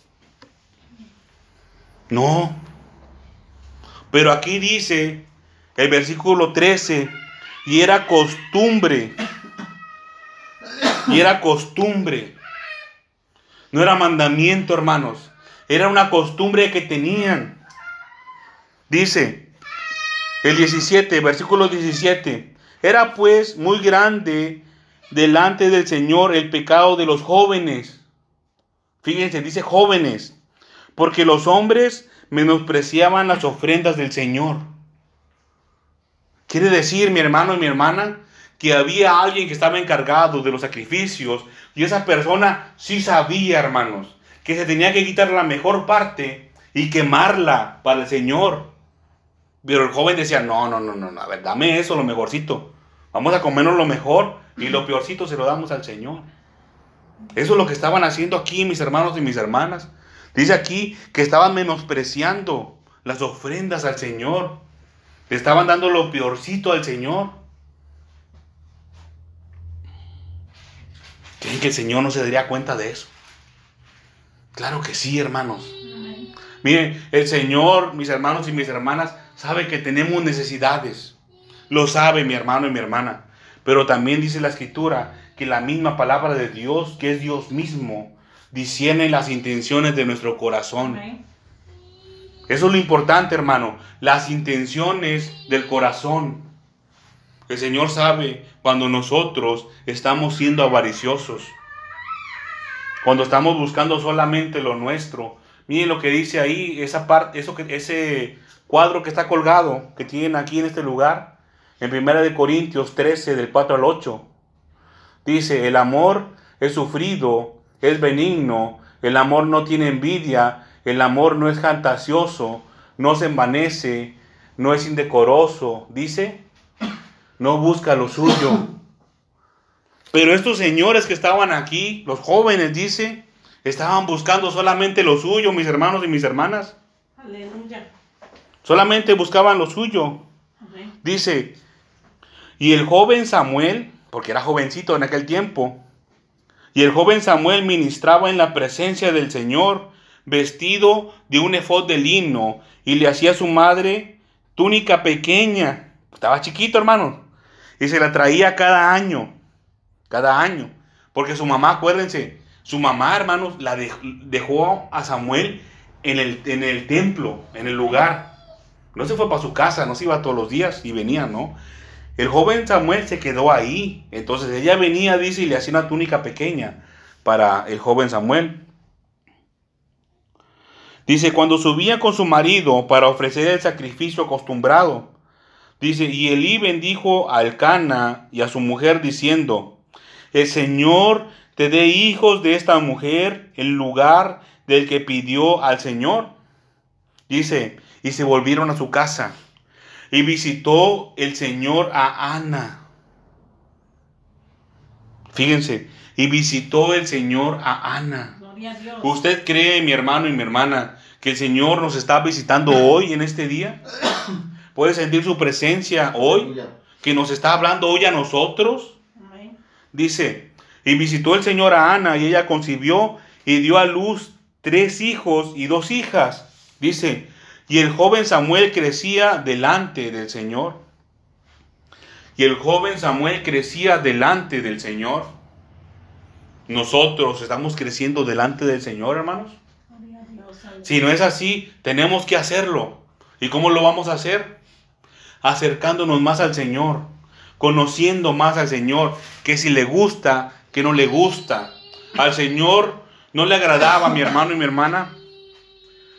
No. Pero aquí dice el versículo 13, y era costumbre. No era mandamiento, hermanos. Era una costumbre que tenían. Dice el 17, versículo 17. Era pues muy grande delante del Señor el pecado de los jóvenes. Fíjense, dice jóvenes. Porque los hombres menospreciaban las ofrendas del Señor. Quiere decir, mi hermano y mi hermana, que había alguien que estaba encargado de los sacrificios, y esa persona sí sabía, hermanos, que se tenía que quitar la mejor parte y quemarla para el Señor. Pero el joven decía, no, a ver, dame eso, lo mejorcito. Vamos a comernos lo mejor y lo peorcito se lo damos al Señor. Eso es lo que estaban haciendo aquí, mis hermanos y mis hermanas. Dice aquí que estaban menospreciando las ofrendas al Señor. Le estaban dando lo peorcito al Señor. ¿Creen que el Señor no se daría cuenta de eso? Claro que sí, hermanos. Miren, el Señor, mis hermanos y mis hermanas, sabe que tenemos necesidades. Lo sabe mi hermano y mi hermana. Pero también dice la Escritura que la misma palabra de Dios, que es Dios mismo, discierne las intenciones de nuestro corazón. Eso es lo importante, hermano. Las intenciones del corazón. El Señor sabe cuando nosotros estamos siendo avariciosos. Cuando estamos buscando solamente lo nuestro. Miren lo que dice ahí, ese cuadro que está colgado, que tienen aquí en este lugar, en 1 Corintios 13, del 4 al 8. Dice, el amor es sufrido, es benigno, el amor no tiene envidia, el amor no es fantasioso, no se envanece, no es indecoroso, dice, no busca lo suyo. Pero estos señores que estaban aquí, los jóvenes, dice, estaban buscando solamente lo suyo, mis hermanos y mis hermanas. Aleluya. Solamente buscaban lo suyo. Amén. Dice, y el joven Samuel, porque era jovencito en aquel tiempo, y el joven Samuel ministraba en la presencia del Señor, vestido de un efod de lino, y le hacía a su madre túnica pequeña. Estaba chiquito, hermano, y se la traía cada año, porque su mamá, acuérdense, su mamá, hermanos, la dejó a Samuel en el templo, en el lugar. No se fue para su casa, no se iba todos los días y venía, ¿no? El joven Samuel se quedó ahí. Entonces ella venía, dice, y le hacía una túnica pequeña para el joven Samuel. Dice, cuando subía con su marido para ofrecer el sacrificio acostumbrado, dice, y Elí bendijo a Elcana y a su mujer diciendo, el Señor te dé hijos de esta mujer en lugar del que pidió al Señor. Dice, y se volvieron a su casa. Y visitó el Señor a Ana. Fíjense, y visitó el Señor a Ana. Gloria a Dios. ¿Usted cree, mi hermano y mi hermana, que el Señor nos está visitando hoy en este día? ¿Puede sentir su presencia hoy? ¿Que nos está hablando hoy a nosotros? Amén. Dice, y visitó el Señor a Ana, y ella concibió y dio a luz 3 hijos y 2 hijas. Dice, y el joven Samuel crecía delante del Señor. Y el joven Samuel crecía delante del Señor. Nosotros estamos creciendo delante del Señor, hermanos. Gloria a Dios. Si no es así, tenemos que hacerlo. ¿Y cómo lo vamos a hacer? Acercándonos más al Señor, conociendo más al Señor, que si le gusta, que no le gusta. Al Señor no le agradaba, mi hermano y mi hermana,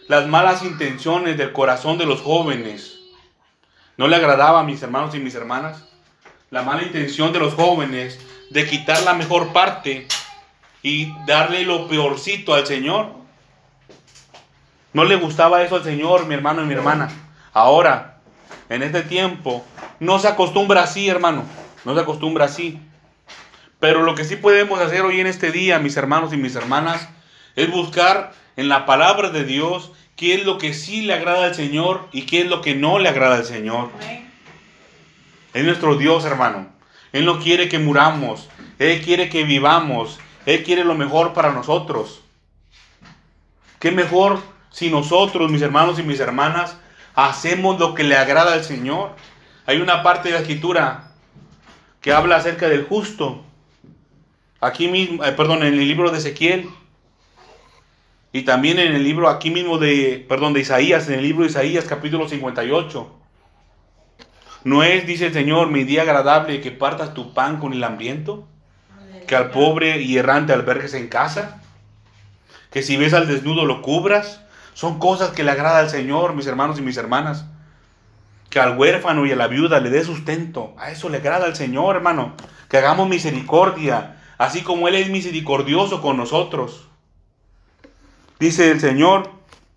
las malas intenciones del corazón de los jóvenes. No le agradaba a mis hermanos y mis hermanas la mala intención de los jóvenes de quitar la mejor parte y darle lo peorcito al Señor. No le gustaba eso al Señor, mi hermano y mi hermana. Ahora, en este tiempo, no se acostumbra así, hermano. No se acostumbra así. Pero lo que sí podemos hacer hoy en este día, mis hermanos y mis hermanas, es buscar en la palabra de Dios qué es lo que sí le agrada al Señor y qué es lo que no le agrada al Señor. Es nuestro Dios, hermano. Él no quiere que muramos. Él quiere que vivamos. Él quiere lo mejor para nosotros. ¿Qué mejor si nosotros, mis hermanos y mis hermanas, hacemos lo que le agrada al Señor? Hay una parte de la Escritura que habla acerca del justo. Aquí mismo, en el libro de Ezequiel. Y también en el libro aquí mismo de Isaías, en el libro de Isaías capítulo 58. ¿No es, dice el Señor, mi día agradable que partas tu pan con el hambriento? Que al pobre y errante albergues en casa. Que si ves al desnudo lo cubras. Son cosas que le agrada al Señor, mis hermanos y mis hermanas. Que al huérfano y a la viuda le dé sustento. A eso le agrada al Señor, hermano. Que hagamos misericordia, así como Él es misericordioso con nosotros. Dice el Señor,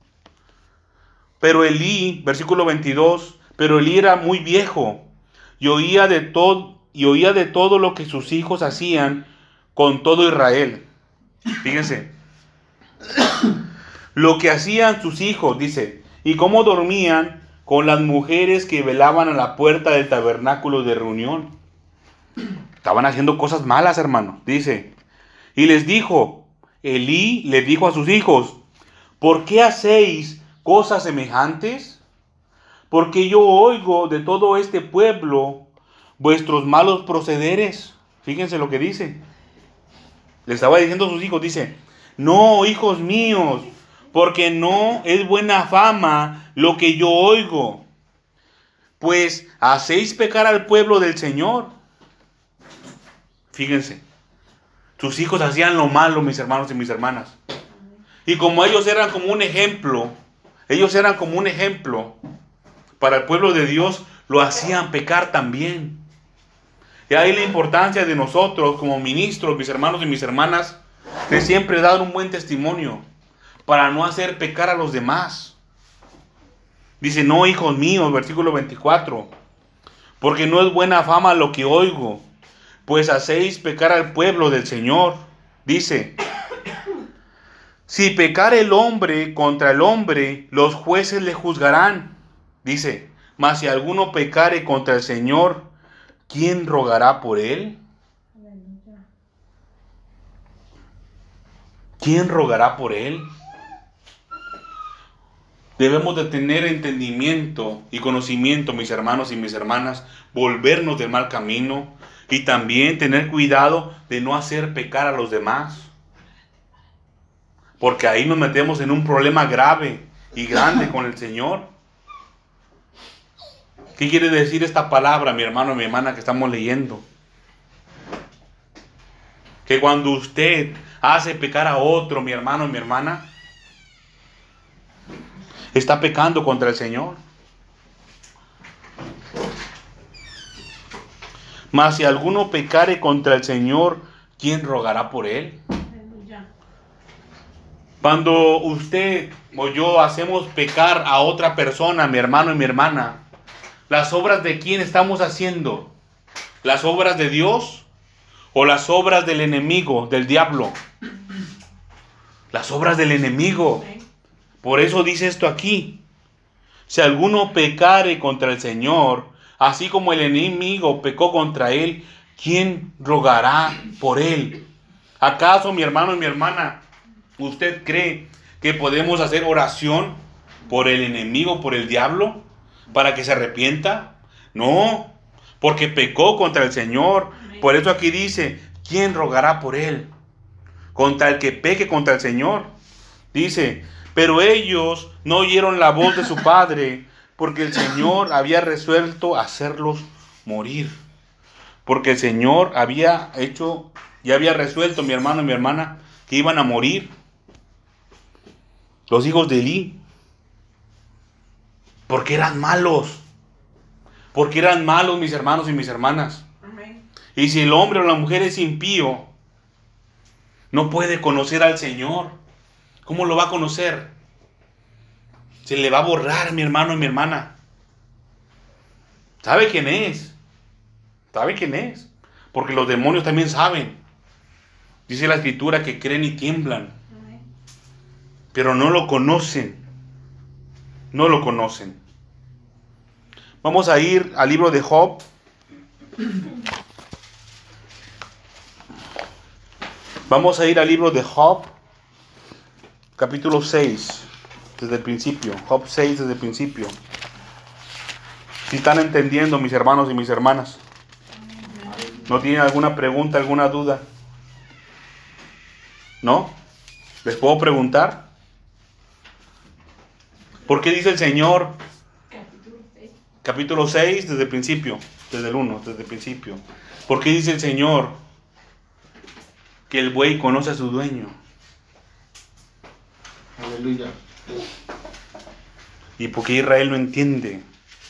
pero Elí, versículo 22, pero Elí era muy viejo y oía de todo lo que sus hijos hacían con todo Israel. Fíjense, lo que hacían sus hijos, dice, y cómo dormían con las mujeres que velaban a la puerta del tabernáculo de reunión. Estaban haciendo cosas malas, hermano, dice. Y les dijo, Elí les dijo a sus hijos, ¿por qué hacéis cosas semejantes? Porque yo oigo de todo este pueblo vuestros malos procederes. Fíjense lo que dice. Le estaba diciendo a sus hijos, dice, no, hijos míos, porque no es buena fama lo que yo oigo, pues hacéis pecar al pueblo del Señor. Fíjense, sus hijos hacían lo malo, mis hermanos y mis hermanas. Y como ellos eran como un ejemplo para el pueblo de Dios, lo hacían pecar también. Y ahí la importancia de nosotros como ministros, mis hermanos y mis hermanas, de siempre dar un buen testimonio para no hacer pecar a los demás. Dice, no, hijos míos, versículo 24, porque no es buena fama lo que oigo, pues hacéis pecar al pueblo del Señor. Dice, si pecar el hombre contra el hombre, los jueces le juzgarán. Dice, mas si alguno pecare contra el Señor, ¿quién rogará por él? ¿Quién rogará por él? Debemos de tener entendimiento y conocimiento, mis hermanos y mis hermanas, volvernos del mal camino y también tener cuidado de no hacer pecar a los demás. Porque ahí nos metemos en un problema grave y grande con el Señor. ¿Qué quiere decir esta palabra, mi hermano y mi hermana, que estamos leyendo? Que cuando usted hace pecar a otro, mi hermano y mi hermana, está pecando contra el Señor. Mas si alguno pecare contra el Señor, ¿quién rogará por él? Cuando usted o yo hacemos pecar a otra persona, mi hermano y mi hermana, ¿las obras de quién estamos haciendo? ¿Las obras de Dios o las obras del enemigo, del diablo? Las obras del enemigo. Por eso dice esto aquí. Si alguno pecare contra el Señor, así como el enemigo pecó contra él, ¿quién rogará por él? ¿Acaso, mi hermano y mi hermana, usted cree que podemos hacer oración por el enemigo, por el diablo, para que se arrepienta? No, porque pecó contra el Señor. Por eso aquí dice, ¿quién rogará por él? Contra el que peque contra el Señor. Dice, pero ellos no oyeron la voz de su padre, porque el Señor había resuelto hacerlos morir. Porque el Señor ya había resuelto, mi hermano y mi hermana, que iban a morir. Los hijos de Elí. Porque eran malos. Porque eran malos mis hermanos y mis hermanas. Amén. Y si el hombre o la mujer es impío, no puede conocer al Señor. ¿Cómo lo va a conocer? Se le va a borrar, mi hermano y mi hermana. ¿Sabe quién es? ¿Sabe quién es? Porque los demonios también saben. Dice la Escritura que creen y tiemblan. Amén. Pero no lo conocen. No lo conocen. Vamos a ir al libro de Job. Vamos a ir al libro de Job, capítulo 6, desde el principio. Job 6 desde el principio. Si están entendiendo, mis hermanos y mis hermanas. ¿No tienen alguna pregunta, alguna duda? ¿No? ¿Les puedo preguntar? ¿Por qué dice el Señor? Capítulo 6 desde el principio, desde el 1, desde el principio. ¿Por qué dice el Señor que el buey conoce a su dueño? Aleluya. ¿Y por qué Israel no entiende?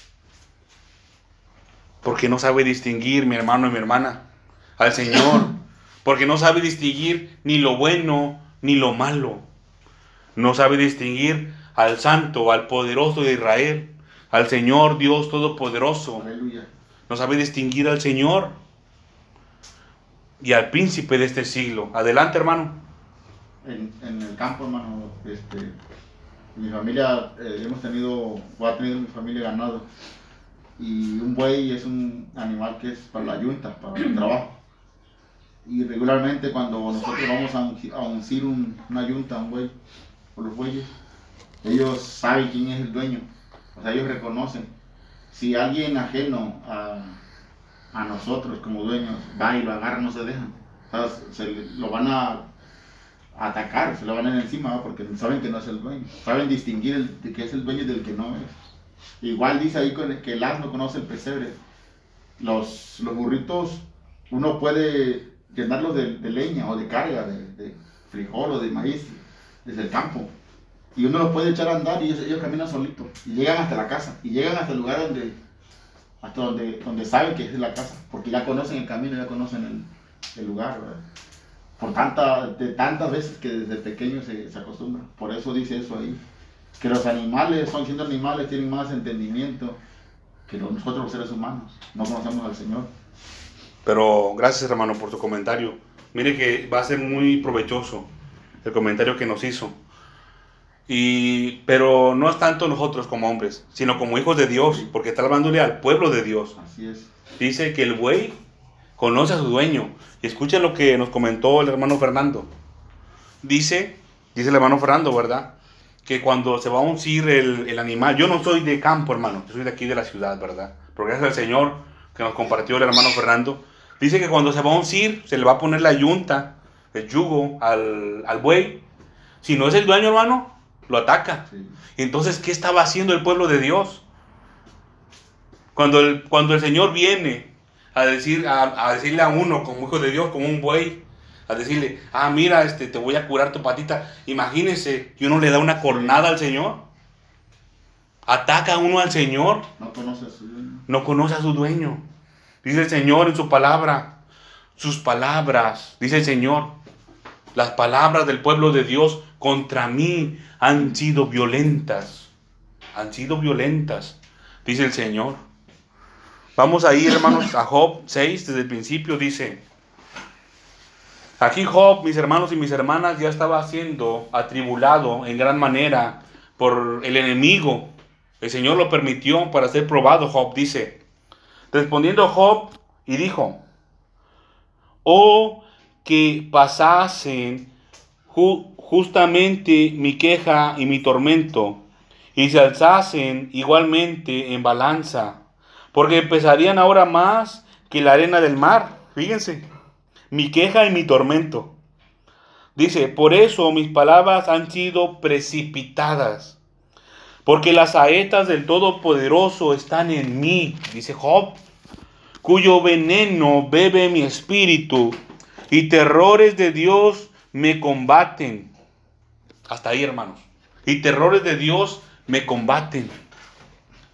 Porque no sabe distinguir, mi hermano y mi hermana, al Señor. Porque no sabe distinguir ni lo bueno ni lo malo. No sabe distinguir al Santo, al Poderoso de Israel, al Señor Dios Todopoderoso. Aleluya. No sabe distinguir al Señor y al Príncipe de este siglo. Adelante, hermano. En el campo, hermano, mi familia, hemos tenido, o ha tenido mi familia ganado. Y un buey es un animal que es para la yunta, para el trabajo. Y regularmente cuando nosotros vamos a uncir una yunta, un buey, o los bueyes, ellos saben quién es el dueño. O sea, ellos reconocen. Si alguien ajeno a nosotros como dueños va y lo agarra, no se dejan. O sea, lo van a atacar, se lo van a ir encima, ¿no? Porque saben que no es el dueño. Saben distinguir de que es el dueño del que no es. Igual dice ahí que el asno conoce el pesebre. Los burritos, uno puede llenarlos de leña o de carga, de frijol o de maíz desde el campo. Y uno los puede echar a andar y ellos caminan solitos. Y llegan hasta la casa. Y llegan hasta el lugar donde saben que es la casa. Porque ya conocen el camino, ya conocen el lugar, ¿verdad? De tantas veces que desde pequeños se acostumbran. Por eso dice eso ahí. Que los animales, siendo animales, tienen más entendimiento que nosotros los seres humanos. No conocemos al Señor. Pero gracias, hermano, por su comentario. Mire que va a ser muy provechoso el comentario que nos hizo. Pero no es tanto nosotros como hombres, sino como hijos de Dios, porque está hablándole al pueblo de Dios. Así es. Dice que el buey conoce a su dueño. Y escuchen lo que nos comentó el hermano Fernando. Dice el hermano Fernando, ¿verdad? Que cuando se va a uncir el animal, yo no soy de campo, hermano, yo soy de aquí de la ciudad, ¿verdad? Porque gracias al Señor que nos compartió el hermano Fernando. Dice que cuando se va a uncir, se le va a poner la yunta, el yugo al buey. Si no es el dueño, hermano, lo ataca. Sí. Entonces, ¿qué estaba haciendo el pueblo de Dios? Cuando el Señor viene a decirle a uno como hijo de Dios, como un buey, a decirle, mira, te voy a curar tu patita. Imagínense que uno le da una cornada al Señor. Ataca a uno al Señor. No conoce a su dueño. No conoce a su dueño. Dice el Señor en su palabra. Sus palabras, dice el Señor. Las palabras del pueblo de Dios contra mí han sido violentas. Han sido violentas, dice el Señor. Vamos a ir, hermanos, a Job 6, desde el principio dice. Aquí Job, mis hermanos y mis hermanas, ya estaba siendo atribulado en gran manera por el enemigo. El Señor lo permitió para ser probado. Job dice, respondiendo Job y dijo, oh, que pasasen justamente mi queja y mi tormento, y se alzasen igualmente en balanza, porque pesarían ahora más que la arena del mar. Fíjense, mi queja y mi tormento. Dice, por eso mis palabras han sido precipitadas, porque las saetas del Todopoderoso están en mí, dice Job, cuyo veneno bebe mi espíritu, y terrores de Dios me combaten. Hasta ahí, hermanos. Y terrores de Dios me combaten.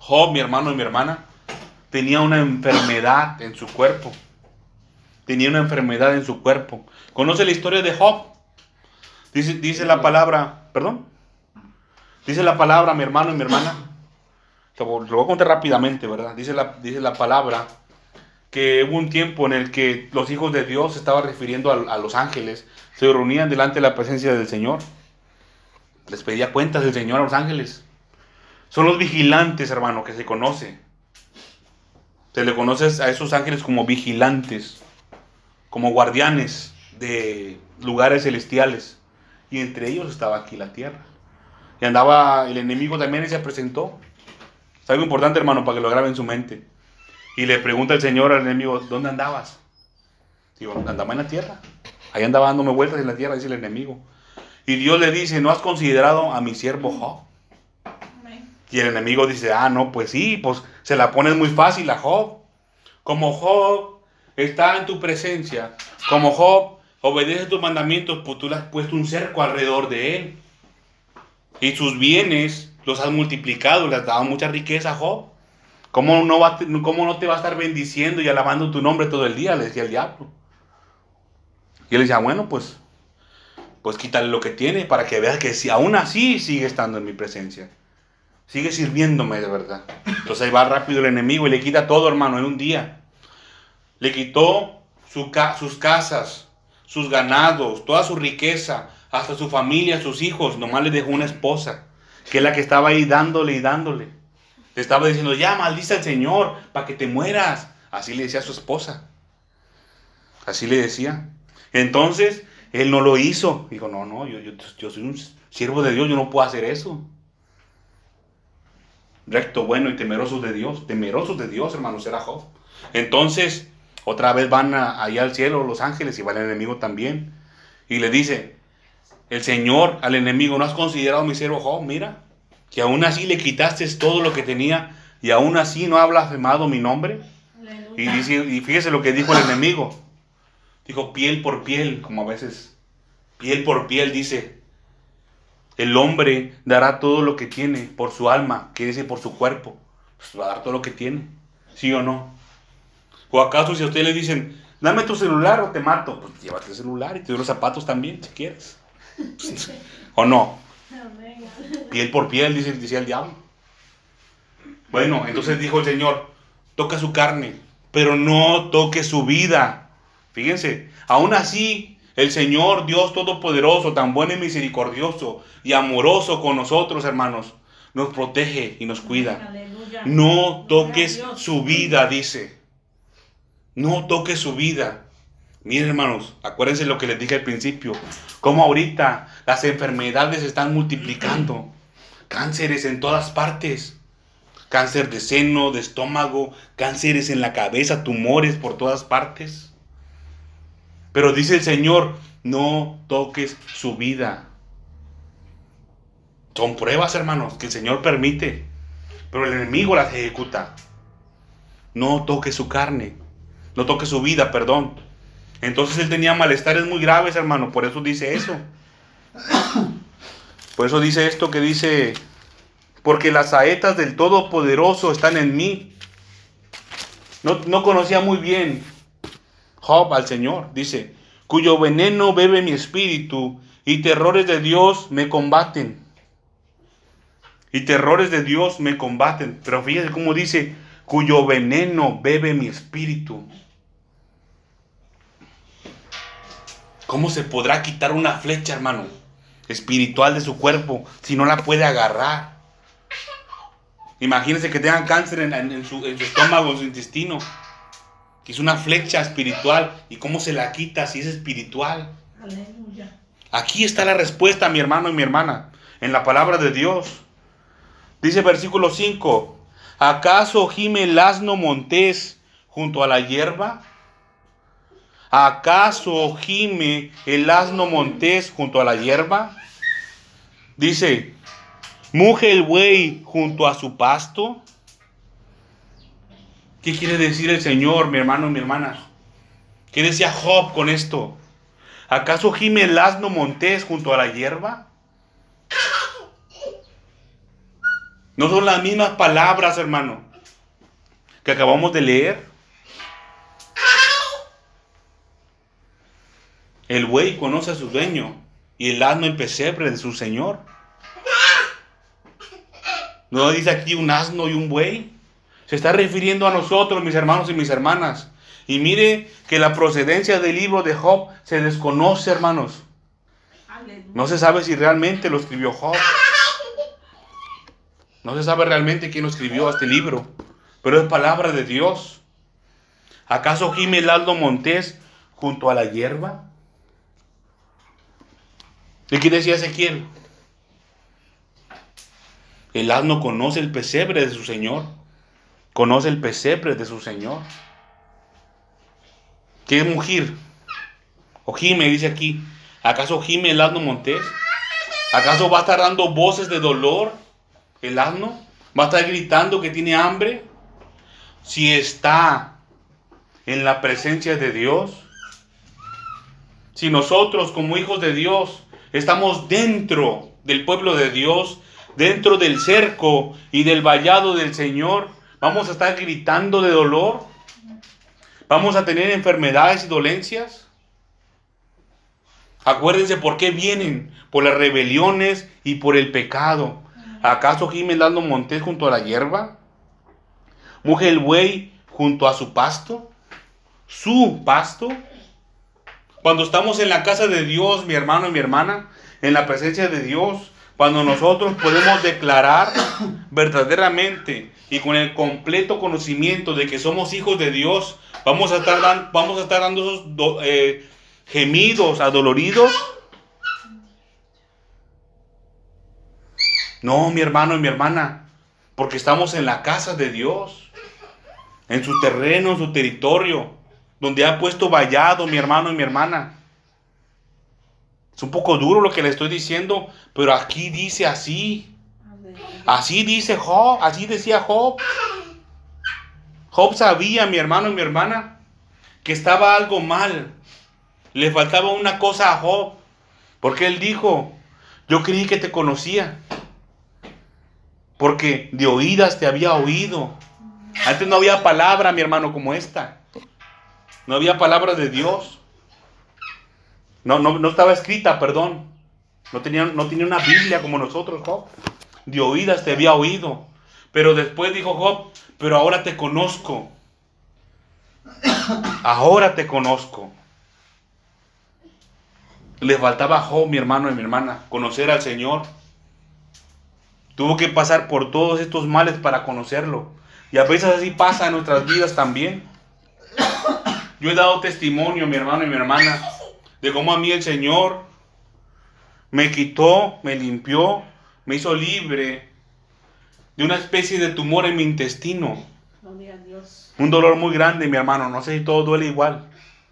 Job, mi hermano y mi hermana, tenía una enfermedad en su cuerpo. Tenía una enfermedad en su cuerpo. ¿Conoce la historia de Job? Dice la palabra, perdón. Dice la palabra, mi hermano y mi hermana. Lo voy a contar rápidamente, ¿verdad? Dice la palabra que hubo un tiempo en el que los hijos de Dios, se estaba refiriendo a los ángeles, se reunían delante de la presencia del Señor. Les pedía cuentas del Señor a los ángeles. Son los vigilantes, hermano, que se conoce. Se le conoce a esos ángeles como vigilantes, como guardianes de lugares celestiales. Y entre ellos estaba aquí la tierra. Y andaba el enemigo también y se presentó. Es algo importante, hermano, para que lo grabe en su mente. Y le pregunta el Señor al enemigo, ¿dónde andabas? Digo, andaba en la tierra. Ahí andaba dándome vueltas en la tierra, dice el enemigo. Y Dios le dice, ¿no has considerado a mi siervo Job? Y el enemigo dice, no, pues sí, pues se la pones muy fácil a Job. Como Job está en tu presencia, como Job obedece tus mandamientos, pues tú le has puesto un cerco alrededor de él. Y sus bienes los has multiplicado, le has dado mucha riqueza a Job. ¿Cómo no te va a estar bendiciendo y alabando tu nombre todo el día? Le decía el diablo. Y él decía, bueno, pues quítale lo que tiene para que veas que si aún así sigue estando en mi presencia. Sigue sirviéndome de verdad. Entonces ahí va rápido el enemigo y le quita todo, hermano, en un día. Le quitó sus casas, sus ganados, toda su riqueza, hasta su familia, sus hijos. Nomás le dejó una esposa, que es la que estaba ahí dándole y dándole. Le estaba diciendo, ya maldice al Señor para que te mueras. Así le decía a su esposa. Así le decía. Entonces, él no lo hizo. Dijo, no, yo soy un siervo de Dios, yo no puedo hacer eso. Recto, bueno y temerosos de Dios, hermanos, era Job. Entonces, otra vez van allá al cielo los ángeles y va el enemigo también. Y le dice, el Señor al enemigo, ¿no has considerado a mi siervo Job? Mira, que aún así le quitaste todo lo que tenía y aún así no ha blasfemado mi nombre. Y fíjese lo que dijo el enemigo. Dijo piel por piel, como a veces, piel por piel, dice. El hombre dará todo lo que tiene por su alma, quiere decir por su cuerpo. Pues va a dar todo lo que tiene, ¿sí o no? ¿O acaso si a usted le dicen, dame tu celular o te mato? Pues llévate el celular y te doy los zapatos también, si quieres. ¿O no? Piel por piel, decía el diablo. Bueno, entonces dijo el Señor, toca su carne, pero no toque su vida. Fíjense, aún así, el Señor Dios Todopoderoso, tan bueno y misericordioso y amoroso con nosotros, hermanos, nos protege y nos cuida. Aleluya. No toques su vida, dice. No toques su vida. Miren, hermanos, acuérdense lo que les dije al principio. Cómo ahorita las enfermedades se están multiplicando. Cánceres en todas partes. Cáncer de seno, de estómago, cánceres en la cabeza, tumores por todas partes. Pero dice el Señor, no toques su vida. Son pruebas, hermanos, que el Señor permite. Pero el enemigo las ejecuta. No toque su carne. No toque su vida, perdón. Entonces él tenía malestares muy graves, hermano. Por eso dice eso. Por eso dice esto que dice, porque las saetas del Todopoderoso están en mí. No conocía muy bien Job al Señor, dice, cuyo veneno bebe mi espíritu y terrores de Dios me combaten. Y terrores de Dios me combaten. Pero fíjese cómo dice, cuyo veneno bebe mi espíritu. ¿Cómo se podrá quitar una flecha, hermano, espiritual de su cuerpo si no la puede agarrar? Imagínense que tengan cáncer en su estómago, en su intestino. Que es una flecha espiritual. ¿Y cómo se la quita si es espiritual? Aleluya. Aquí está la respuesta, mi hermano y mi hermana, en la palabra de Dios. Dice versículo 5. ¿Acaso gime el asno montés junto a la hierba? ¿Acaso gime el asno montés junto a la hierba? Dice, ¿muge el buey junto a su pasto? ¿Qué quiere decir el Señor, mi hermano y mi hermana? ¿Qué decía Job con esto? ¿Acaso gime el asno montés junto a la hierba? No son las mismas palabras, hermano, que acabamos de leer. El buey conoce a su dueño y el asno el pesebre de su señor. ¿No dice aquí un asno y un buey? Se está refiriendo a nosotros, mis hermanos y mis hermanas. Y mire que la procedencia del libro de Job se desconoce, hermanos. No se sabe si realmente lo escribió Job. No se sabe realmente quién lo escribió este libro. Pero es palabra de Dios. ¿Acaso gime el asno montés junto a la hierba? ¿Y qué decía Ezequiel? El asno conoce el pesebre de su señor. Conoce el pesebre de su señor. ¿Qué es mugir? O gime, dice aquí. ¿Acaso gime el asno montés? ¿Acaso va a estar dando voces de dolor el asno? ¿Va a estar gritando que tiene hambre? Si está en la presencia de Dios. Si nosotros como hijos de Dios estamos dentro del pueblo de Dios, dentro del cerco y del vallado del Señor, ¿vamos a estar gritando de dolor? ¿Vamos a tener enfermedades y dolencias? Acuérdense por qué vienen, por las rebeliones y por el pecado. ¿Acaso gime el asno montés junto a la hierba? ¿Muge el buey junto a su pasto? ¿Su pasto? Cuando estamos en la casa de Dios, mi hermano y mi hermana, en la presencia de Dios, cuando nosotros podemos declarar verdaderamente y con el completo conocimiento de que somos hijos de Dios, vamos a estar dando esos gemidos adoloridos. No, mi hermano y mi hermana, porque estamos en la casa de Dios, en su terreno, en su territorio, donde ha puesto vallado, mi hermano y mi hermana. Es un poco duro lo que le estoy diciendo, pero aquí dice así. Así dice Job, así decía Job. Job sabía, mi hermano y mi hermana, que estaba algo mal. Le faltaba una cosa a Job, porque él dijo, yo creí que te conocía, porque de oídas te había oído. Antes no había palabra, mi hermano, como esta. No había palabra de Dios. No estaba escrita, perdón. No tenía una Biblia como nosotros, Job. De oídas te había oído. Pero después dijo Job, pero ahora te conozco. Ahora te conozco. Le faltaba a Job, mi hermano y mi hermana, conocer al Señor. Tuvo que pasar por todos estos males para conocerlo. Y a veces así pasa en nuestras vidas también. Yo he dado testimonio, mi hermano y mi hermana, de cómo a mí el Señor me quitó, me limpió, me hizo libre de una especie de tumor en mi intestino. Gloria a Dios. Un dolor muy grande, mi hermano. No sé si todo duele igual.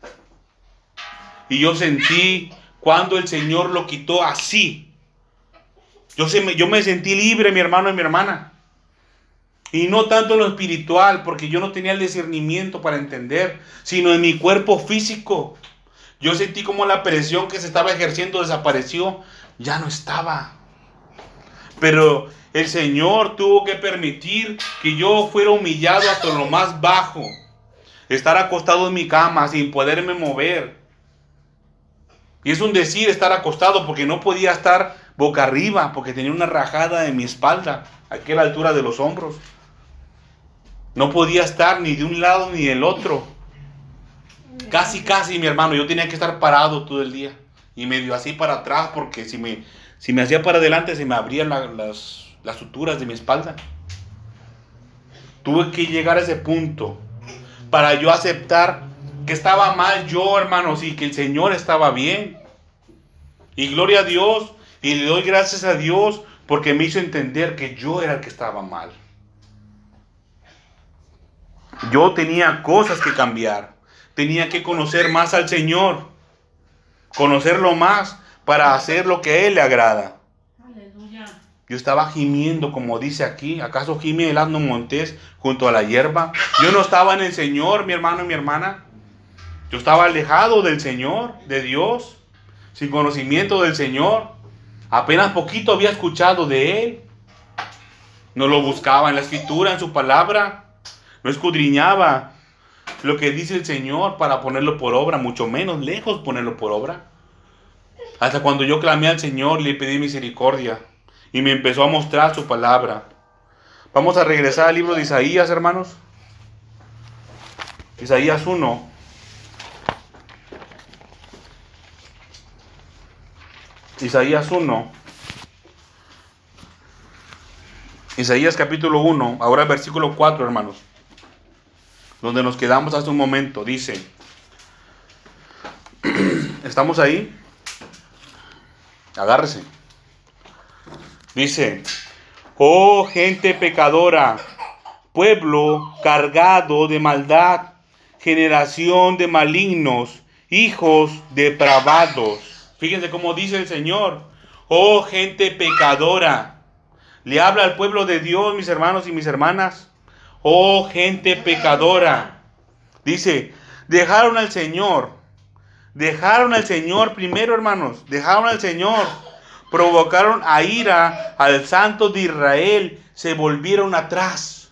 Y yo sentí cuando el Señor lo quitó así. Yo me sentí libre, mi hermano y mi hermana. Y no tanto en lo espiritual, porque yo no tenía el discernimiento para entender, sino en mi cuerpo físico. Yo sentí como la presión que se estaba ejerciendo desapareció, ya no estaba. Pero el Señor tuvo que permitir que yo fuera humillado hasta lo más bajo. Estar acostado en mi cama sin poderme mover. Y es un decir estar acostado, porque no podía estar boca arriba, porque tenía una rajada en mi espalda, aquí a la altura de los hombros. No podía estar ni de un lado ni del otro. Casi, mi hermano, yo tenía que estar parado todo el día. Y medio así para atrás, porque si me hacía para adelante se me abrían las suturas de mi espalda. Tuve que llegar a ese punto para yo aceptar que estaba mal yo, hermanos, y que el Señor estaba bien. Y gloria a Dios, y le doy gracias a Dios porque me hizo entender que yo era el que estaba mal. Yo tenía cosas que cambiar. Tenía que conocer más al Señor. Conocerlo más para hacer lo que a Él le agrada. Aleluya. Yo estaba gimiendo, como dice aquí. ¿Acaso gime el asno montés junto a la hierba? Yo no estaba en el Señor, mi hermano y mi hermana. Yo estaba alejado del Señor, de Dios, sin conocimiento del Señor. Apenas poquito había escuchado de Él. No lo buscaba en la escritura, en su palabra. No escudriñaba lo que dice el Señor para ponerlo por obra, mucho menos lejos ponerlo por obra. Hasta cuando yo clamé al Señor, le pedí misericordia y me empezó a mostrar su palabra. Vamos a regresar al libro de Isaías, hermanos. Isaías 1. Isaías 1. Isaías capítulo 1, ahora versículo 4, hermanos. Donde nos quedamos hace un momento, dice. ¿Estamos ahí? Agárrese. Dice: oh gente pecadora, pueblo cargado de maldad, generación de malignos, hijos depravados. Fíjense cómo dice el Señor: oh gente pecadora. Le habla al pueblo de Dios, mis hermanos y mis hermanas. Oh gente pecadora. Dice, dejaron al Señor. Dejaron al Señor primero, hermanos. Dejaron al Señor. Provocaron a ira al Santo de Israel. Se volvieron atrás.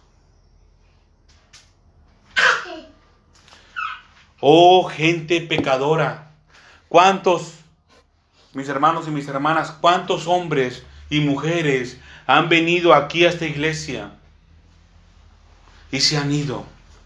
Oh gente pecadora. ¿Cuántos, mis hermanos y mis hermanas, cuántos hombres y mujeres han venido aquí a esta iglesia y se han ido?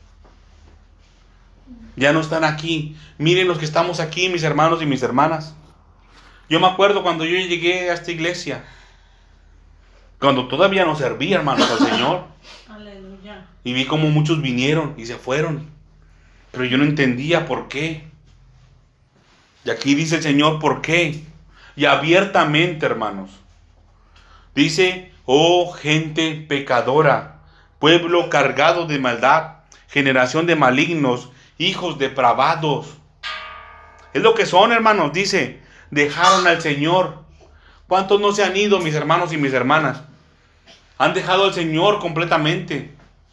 Ya no están aquí. Miren los que estamos aquí, mis hermanos y mis hermanas. Yo me acuerdo cuando yo llegué a esta iglesia, cuando todavía no servía, hermanos, al Señor. Aleluya. Y vi como muchos vinieron y se fueron. Pero yo no entendía por qué. Y aquí dice el Señor por qué. Y abiertamente, hermanos. Dice, oh gente pecadora, pueblo cargado de maldad, generación de malignos, hijos depravados. Es lo que son, hermanos. Dice, dejaron al Señor. ¿Cuántos no se han ido, mis hermanos y mis hermanas? Han dejado al Señor completamente.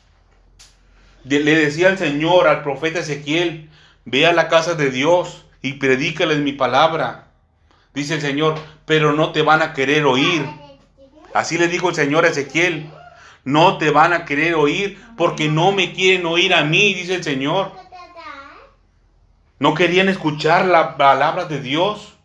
Le decía el Señor al profeta Ezequiel: ve a la casa de Dios y predícales mi palabra. Dice el Señor, pero no te van a querer oír. Así le dijo el Señor a Ezequiel: no te van a querer oír porque no me quieren oír a mí, dice el Señor. No querían escuchar la palabra de Dios.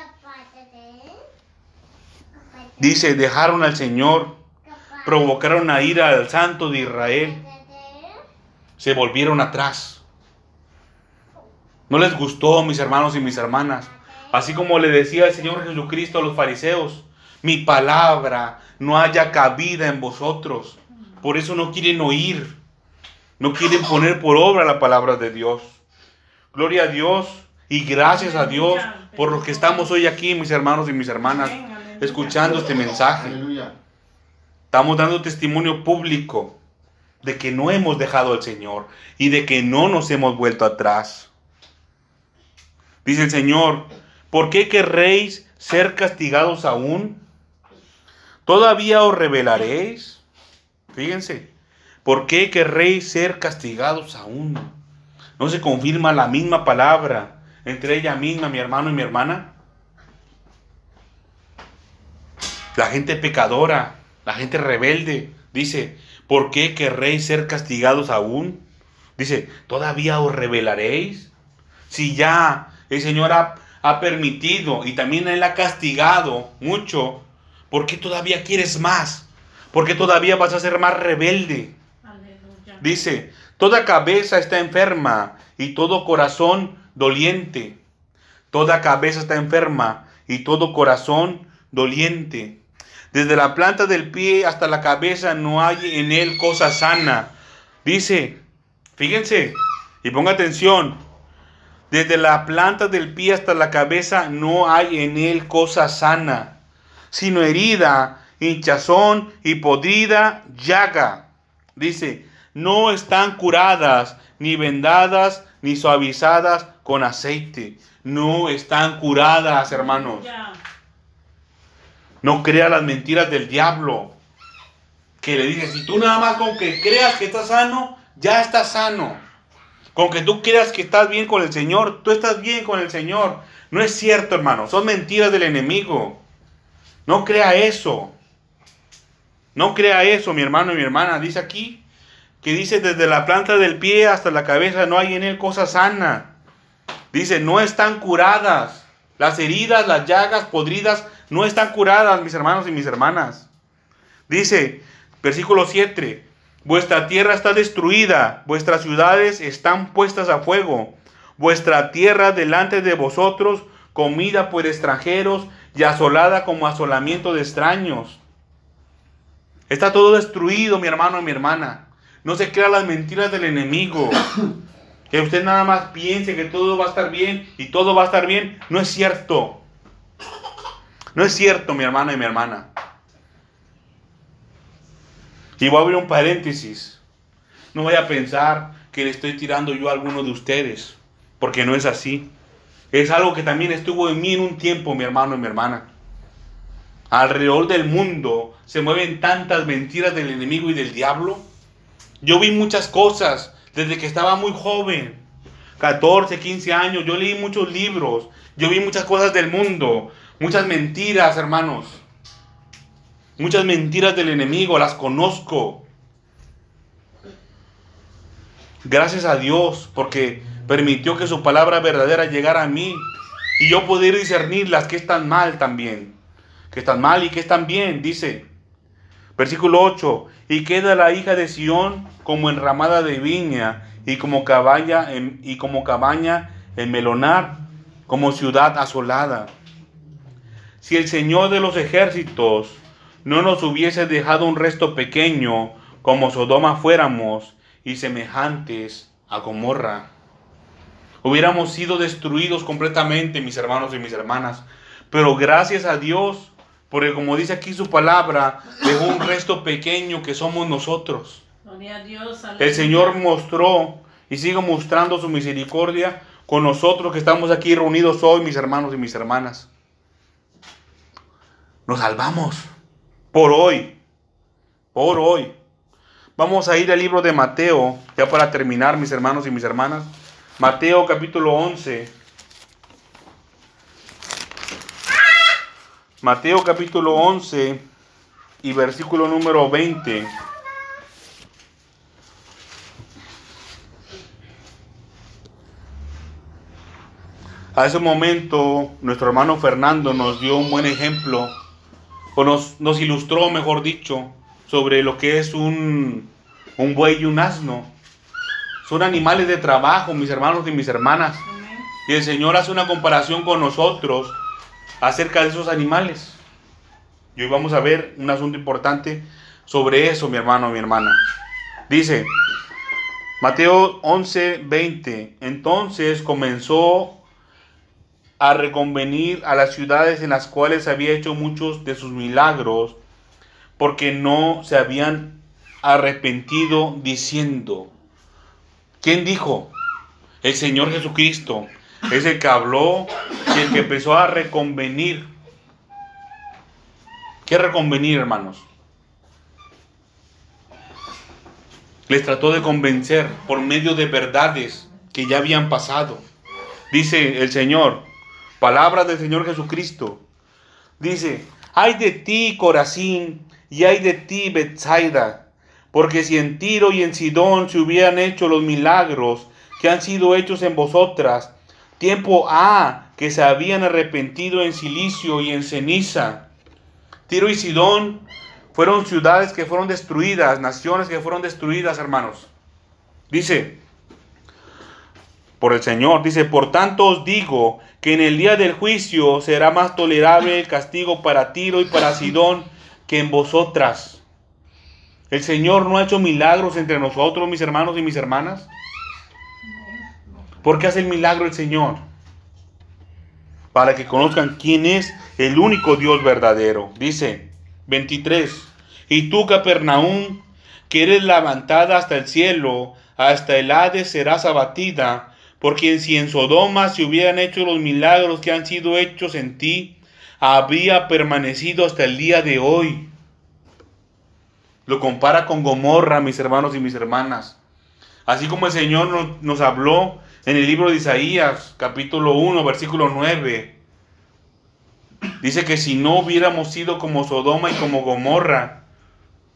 Dice, dejaron al Señor, provocaron a ira al Santo de Israel. Se volvieron atrás. No les gustó, mis hermanos y mis hermanas. Así como le decía el Señor Jesucristo a los fariseos: mi palabra no haya cabida en vosotros. Por eso no quieren oír. No quieren poner por obra la palabra de Dios. Gloria a Dios y gracias a Dios por los que estamos hoy aquí, mis hermanos y mis hermanas, escuchando este mensaje. Aleluya. Estamos dando testimonio público de que no hemos dejado al Señor y de que no nos hemos vuelto atrás. Dice el Señor: ¿por qué querréis ser castigados aún? ¿Todavía os rebelaréis? Fíjense, ¿por qué querréis ser castigados aún? ¿No se confirma la misma palabra entre ella misma, mi hermano y mi hermana? La gente pecadora, la gente rebelde, dice: ¿por qué querréis ser castigados aún? Dice: ¿todavía os rebelaréis? Si ya el Señor ha permitido y también Él ha castigado mucho, ¿por qué todavía quieres más? ¿Por qué todavía vas a ser más rebelde? Aleluya. Dice: toda cabeza está enferma y todo corazón doliente. Toda cabeza está enferma y todo corazón doliente. Desde la planta del pie hasta la cabeza no hay en él cosa sana. Dice, fíjense y ponga atención. Desde la planta del pie hasta la cabeza no hay en él cosa sana, sino herida, hinchazón y podrida llaga. Dice, no están curadas, ni vendadas, ni suavizadas con aceite. No están curadas, hermanos. No crea las mentiras del diablo, que le dice: si tú nada más con que creas que estás sano, ya estás sano. Con que tú creas que estás bien con el Señor, tú estás bien con el Señor. No es cierto, hermano. Son mentiras del enemigo. No crea eso. No crea eso, mi hermano y mi hermana. Dice aquí, que dice desde la planta del pie hasta la cabeza no hay en él cosa sana. Dice, no están curadas. Las heridas, las llagas podridas no están curadas, mis hermanos y mis hermanas. Dice, versículo 7, vuestra tierra está destruida, vuestras ciudades están puestas a fuego, vuestra tierra delante de vosotros, comida por extranjeros y asolada como asolamiento de extraños. Está todo destruido, mi hermano y mi hermana. No se crean las mentiras del enemigo. Que usted nada más piense que todo va a estar bien y todo va a estar bien. No es cierto. No es cierto, mi hermano y mi hermana. Y voy a abrir un paréntesis. No voy a pensar que le estoy tirando yo a alguno de ustedes, porque no es así. Es algo que también estuvo en mí en un tiempo, mi hermano y mi hermana. Alrededor del mundo se mueven tantas mentiras del enemigo y del diablo. Yo vi muchas cosas desde que estaba muy joven, 14, 15 años. Yo leí muchos libros. Yo vi muchas cosas del mundo. Muchas mentiras, hermanos. Muchas mentiras del enemigo, las conozco. Gracias a Dios, porque permitió que su palabra verdadera llegara a mí. Y yo poder discernir las que están mal también. Que están mal y que están bien, dice. Versículo 8. Y queda la hija de Sión como enramada de viña y como cabaña en melonar, como ciudad asolada. Si el Señor de los ejércitos no nos hubiese dejado un resto pequeño, como Sodoma fuéramos, y semejantes a Gomorra. Hubiéramos sido destruidos completamente, mis hermanos y mis hermanas. Pero gracias a Dios, porque como dice aquí su palabra, dejó un resto pequeño que somos nosotros. Gloria a Dios, El Señor mostró y sigue mostrando su misericordia con nosotros que estamos aquí reunidos hoy, mis hermanos y mis hermanas. Nos salvamos por hoy. Por hoy. Vamos a ir al libro de Mateo, ya para terminar, mis hermanos y mis hermanas. Mateo capítulo 11. Mateo capítulo 11 y versículo número 20. A ese momento, nuestro hermano Fernando nos dio un buen ejemplo, o nos ilustró, mejor dicho, sobre lo que es un buey y un asno. Son animales de trabajo, mis hermanos y mis hermanas. Amén. Y el Señor hace una comparación con nosotros acerca de esos animales. Y hoy vamos a ver un asunto importante sobre eso, mi hermano y mi hermana. Dice, Mateo 11, 20. Entonces comenzó a reconvenir a las ciudades en las cuales había hecho muchos de sus milagros, porque no se habían arrepentido, diciendo. ¿Quién dijo? El Señor Jesucristo. Es el que habló y el que empezó a reconvenir. ¿Qué reconvenir, hermanos? Les trató de convencer por medio de verdades que ya habían pasado. Dice el Señor, palabras del Señor Jesucristo. Dice, ay de ti, Corazín, y ay de ti, Betsaida, porque si en Tiro y en Sidón se hubieran hecho los milagros que han sido hechos en vosotras, tiempo ha que se habían arrepentido en silicio y en ceniza. Tiro y Sidón fueron ciudades que fueron destruidas, naciones que fueron destruidas, hermanos. Dice, por el Señor, dice, por tanto os digo que en el día del juicio será más tolerable el castigo para Tiro y para Sidón que en vosotras. El Señor no ha hecho milagros entre nosotros, mis hermanos y mis hermanas. ¿Por qué hace el milagro el Señor? Para que conozcan quién es el único Dios verdadero. Dice 23. Y tú, Capernaum, que eres levantada hasta el cielo, hasta el Hades serás abatida, porque si en Sodoma se hubieran hecho los milagros que han sido hechos en ti, habría permanecido hasta el día de hoy. Lo compara con Gomorra, mis hermanos y mis hermanas. Así como el Señor nos habló en el libro de Isaías, capítulo 1, versículo 9. Dice que si no hubiéramos sido como Sodoma y como Gomorra,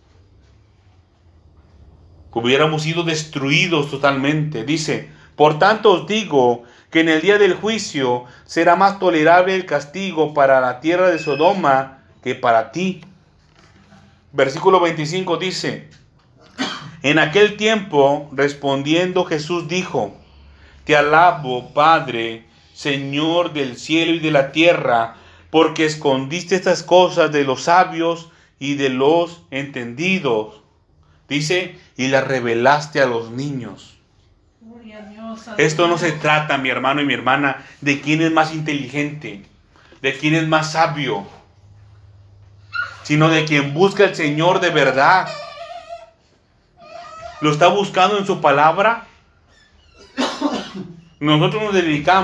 hubiéramos sido destruidos totalmente. Dice, por tanto os digo que en el día del juicio será más tolerable el castigo para la tierra de Sodoma que para ti. Versículo 25 dice, en aquel tiempo respondiendo Jesús dijo, te alabo, Padre, Señor del cielo y de la tierra, porque escondiste estas cosas de los sabios y de los entendidos. Dice, y las revelaste a los niños. Gloria a Dios, Esto no se trata, mi hermano y mi hermana, de quién es más inteligente, de quién es más sabio, sino de quien busca al Señor de verdad. ¿Lo está buscando en su palabra? Nosotros nos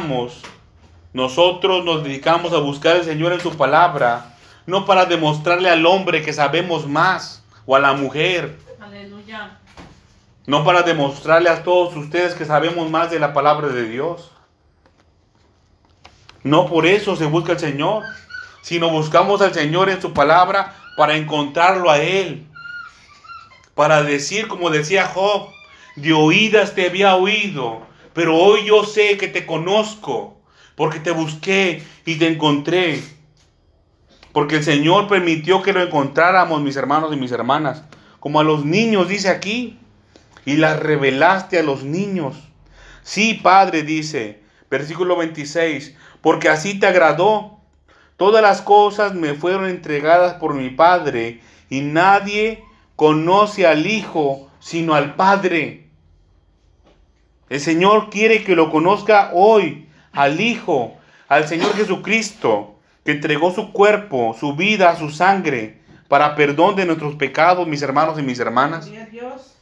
dedicamos a buscar al Señor en su palabra, no para demostrarle al hombre que sabemos más, o a la mujer, Aleluya. no para demostrarle a todos ustedes que sabemos más de la palabra de Dios. No por eso se busca al Señor, sino buscamos al Señor en su palabra para encontrarlo a Él. Para decir, como decía Job, de oídas te había oído, pero hoy yo sé que te conozco, porque te busqué y te encontré. Porque el Señor permitió que lo encontráramos, mis hermanos y mis hermanas, como a los niños, dice aquí, y las revelaste a los niños. Sí, Padre, dice, versículo 26, porque así te agradó. Todas las cosas me fueron entregadas por mi Padre, y nadie conoce al Hijo sino al Padre. El Señor quiere que lo conozca hoy, al Hijo, al Señor Jesucristo, que entregó su cuerpo, su vida, su sangre, para perdón de nuestros pecados, mis hermanos y mis hermanas. Gloria a Dios.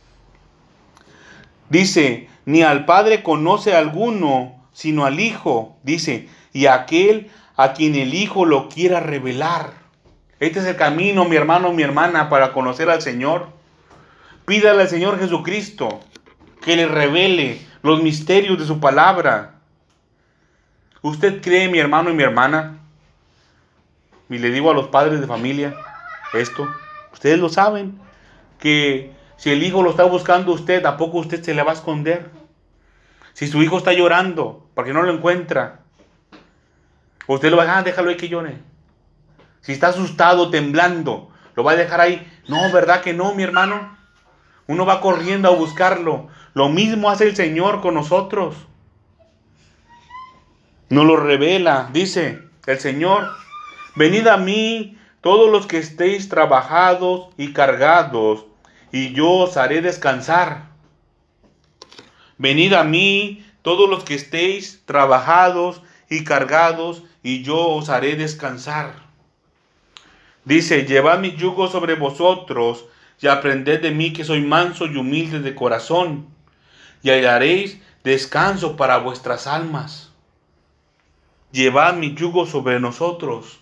Dice, ni al Padre conoce alguno, sino al Hijo. Dice, y aquel a quien el Hijo lo quiera revelar. Este es el camino, mi hermano, mi hermana, para conocer al Señor. Pídale al Señor Jesucristo que le revele los misterios de su palabra. ¿Usted cree, mi hermano y mi hermana? Y le digo a los padres de familia esto. Ustedes lo saben, que si el hijo lo está buscando usted, ¿a poco usted se le va a esconder? Si su hijo está llorando porque no lo encuentra, usted lo va a dejar, déjalo ahí que llore. Si está asustado, temblando, lo va a dejar ahí. No, ¿verdad que no, mi hermano? Uno va corriendo a buscarlo. Lo mismo hace el Señor con nosotros. Nos lo revela, dice el Señor. Venid a mí todos los que estéis trabajados y cargados, y yo os haré descansar. Venid a mí todos los que estéis trabajados y cargados, y yo os haré descansar. Dice, llevad mi yugo sobre vosotros, y aprended de mí que soy manso y humilde de corazón, y hallaréis descanso para vuestras almas. Llevad mi yugo sobre nosotros.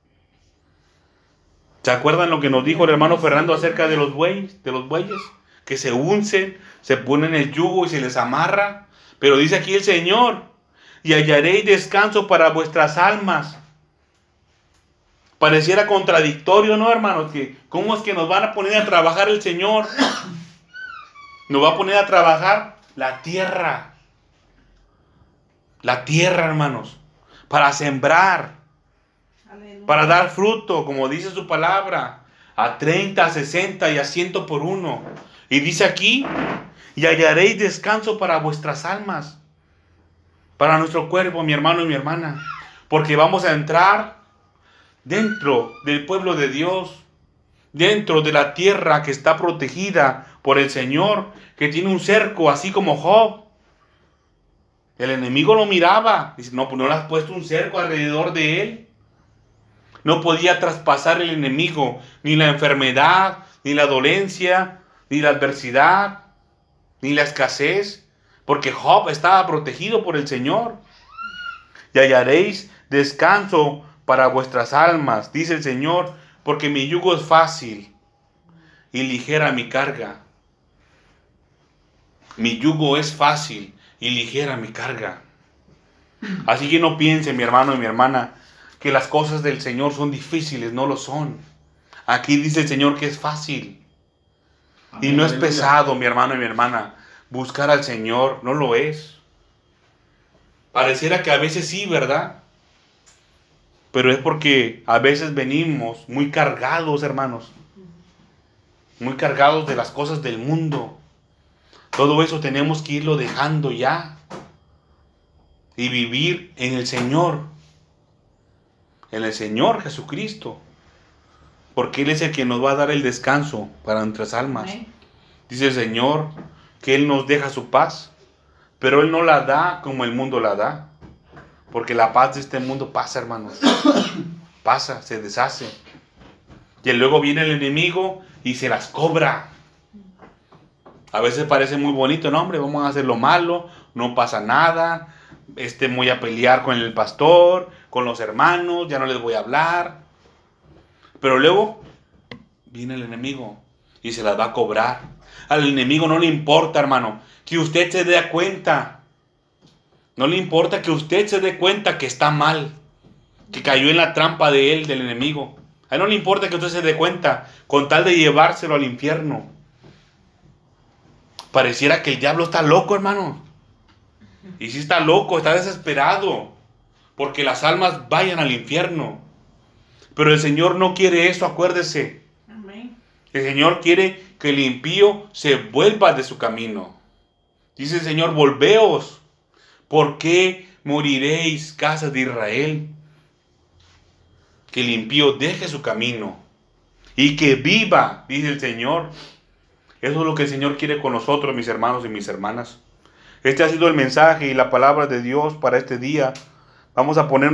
¿Se acuerdan lo que nos dijo el hermano Fernando acerca de los bueyes? Que se uncen, se ponen el yugo y se les amarra. Pero dice aquí el Señor, y hallaréis descanso para vuestras almas. Pareciera contradictorio, ¿no, hermanos? Que ¿cómo es que nos van a poner a trabajar el Señor? Nos va a poner a trabajar la tierra. La tierra, hermanos. Para sembrar. Aleluya. Para dar fruto, como dice su palabra. A 30, a 60 y a 100 por uno. Y dice aquí, y hallaréis descanso para vuestras almas. Para nuestro cuerpo, mi hermano y mi hermana. Porque vamos a entrar dentro del pueblo de Dios, dentro de la tierra que está protegida por el Señor, que tiene un cerco, así como Job. El enemigo lo miraba, dice, no, pues no le has puesto un cerco alrededor de él. No podía traspasar el enemigo ni la enfermedad, ni la dolencia, ni la adversidad, ni la escasez, porque Job estaba protegido por el Señor. Y hallaréis descanso para vuestras almas, dice el Señor, porque mi yugo es fácil y ligera mi carga. Mi yugo es fácil y ligera mi carga. Así que no piense, mi hermano y mi hermana, que las cosas del Señor son difíciles, no lo son. Aquí dice el Señor que es fácil. Y no es pesado, mi hermano y mi hermana. Buscar al Señor no lo es. Pareciera que a veces sí, ¿verdad? Pero es porque a veces venimos muy cargados, hermanos. Muy cargados de las cosas del mundo. Todo eso tenemos que irlo dejando ya. Y vivir en el Señor. En el Señor Jesucristo. Porque Él es el que nos va a dar el descanso para nuestras almas. Amén. Dice el Señor que Él nos deja su paz. Pero Él no la da como el mundo la da. Porque la paz de este mundo pasa, hermanos. Pasa, se deshace. Y luego viene el enemigo y se las cobra. A veces parece muy bonito, no, hombre, vamos a hacer lo malo, no pasa nada. Voy a pelear con el pastor, con los hermanos, ya no les voy a hablar. Pero luego viene el enemigo y se las va a cobrar. Al enemigo no le importa, hermano, que usted se dé cuenta. No le importa que usted se dé cuenta que está mal, que cayó en la trampa de él, del enemigo. A él no le importa que usted se dé cuenta, con tal de llevárselo al infierno. Pareciera que el diablo está loco, hermano. Y si está loco, está desesperado, porque las almas vayan al infierno. Pero el Señor no quiere eso, acuérdese. Amén. El Señor quiere que el impío se vuelva de su camino. Dice el Señor, volveos. ¿Por qué moriréis, casa de Israel? Que el impío deje su camino y que viva, dice el Señor. Eso es lo que el Señor quiere con nosotros, mis hermanos y mis hermanas. Este ha sido el mensaje y la palabra de Dios para este día. Vamos a poner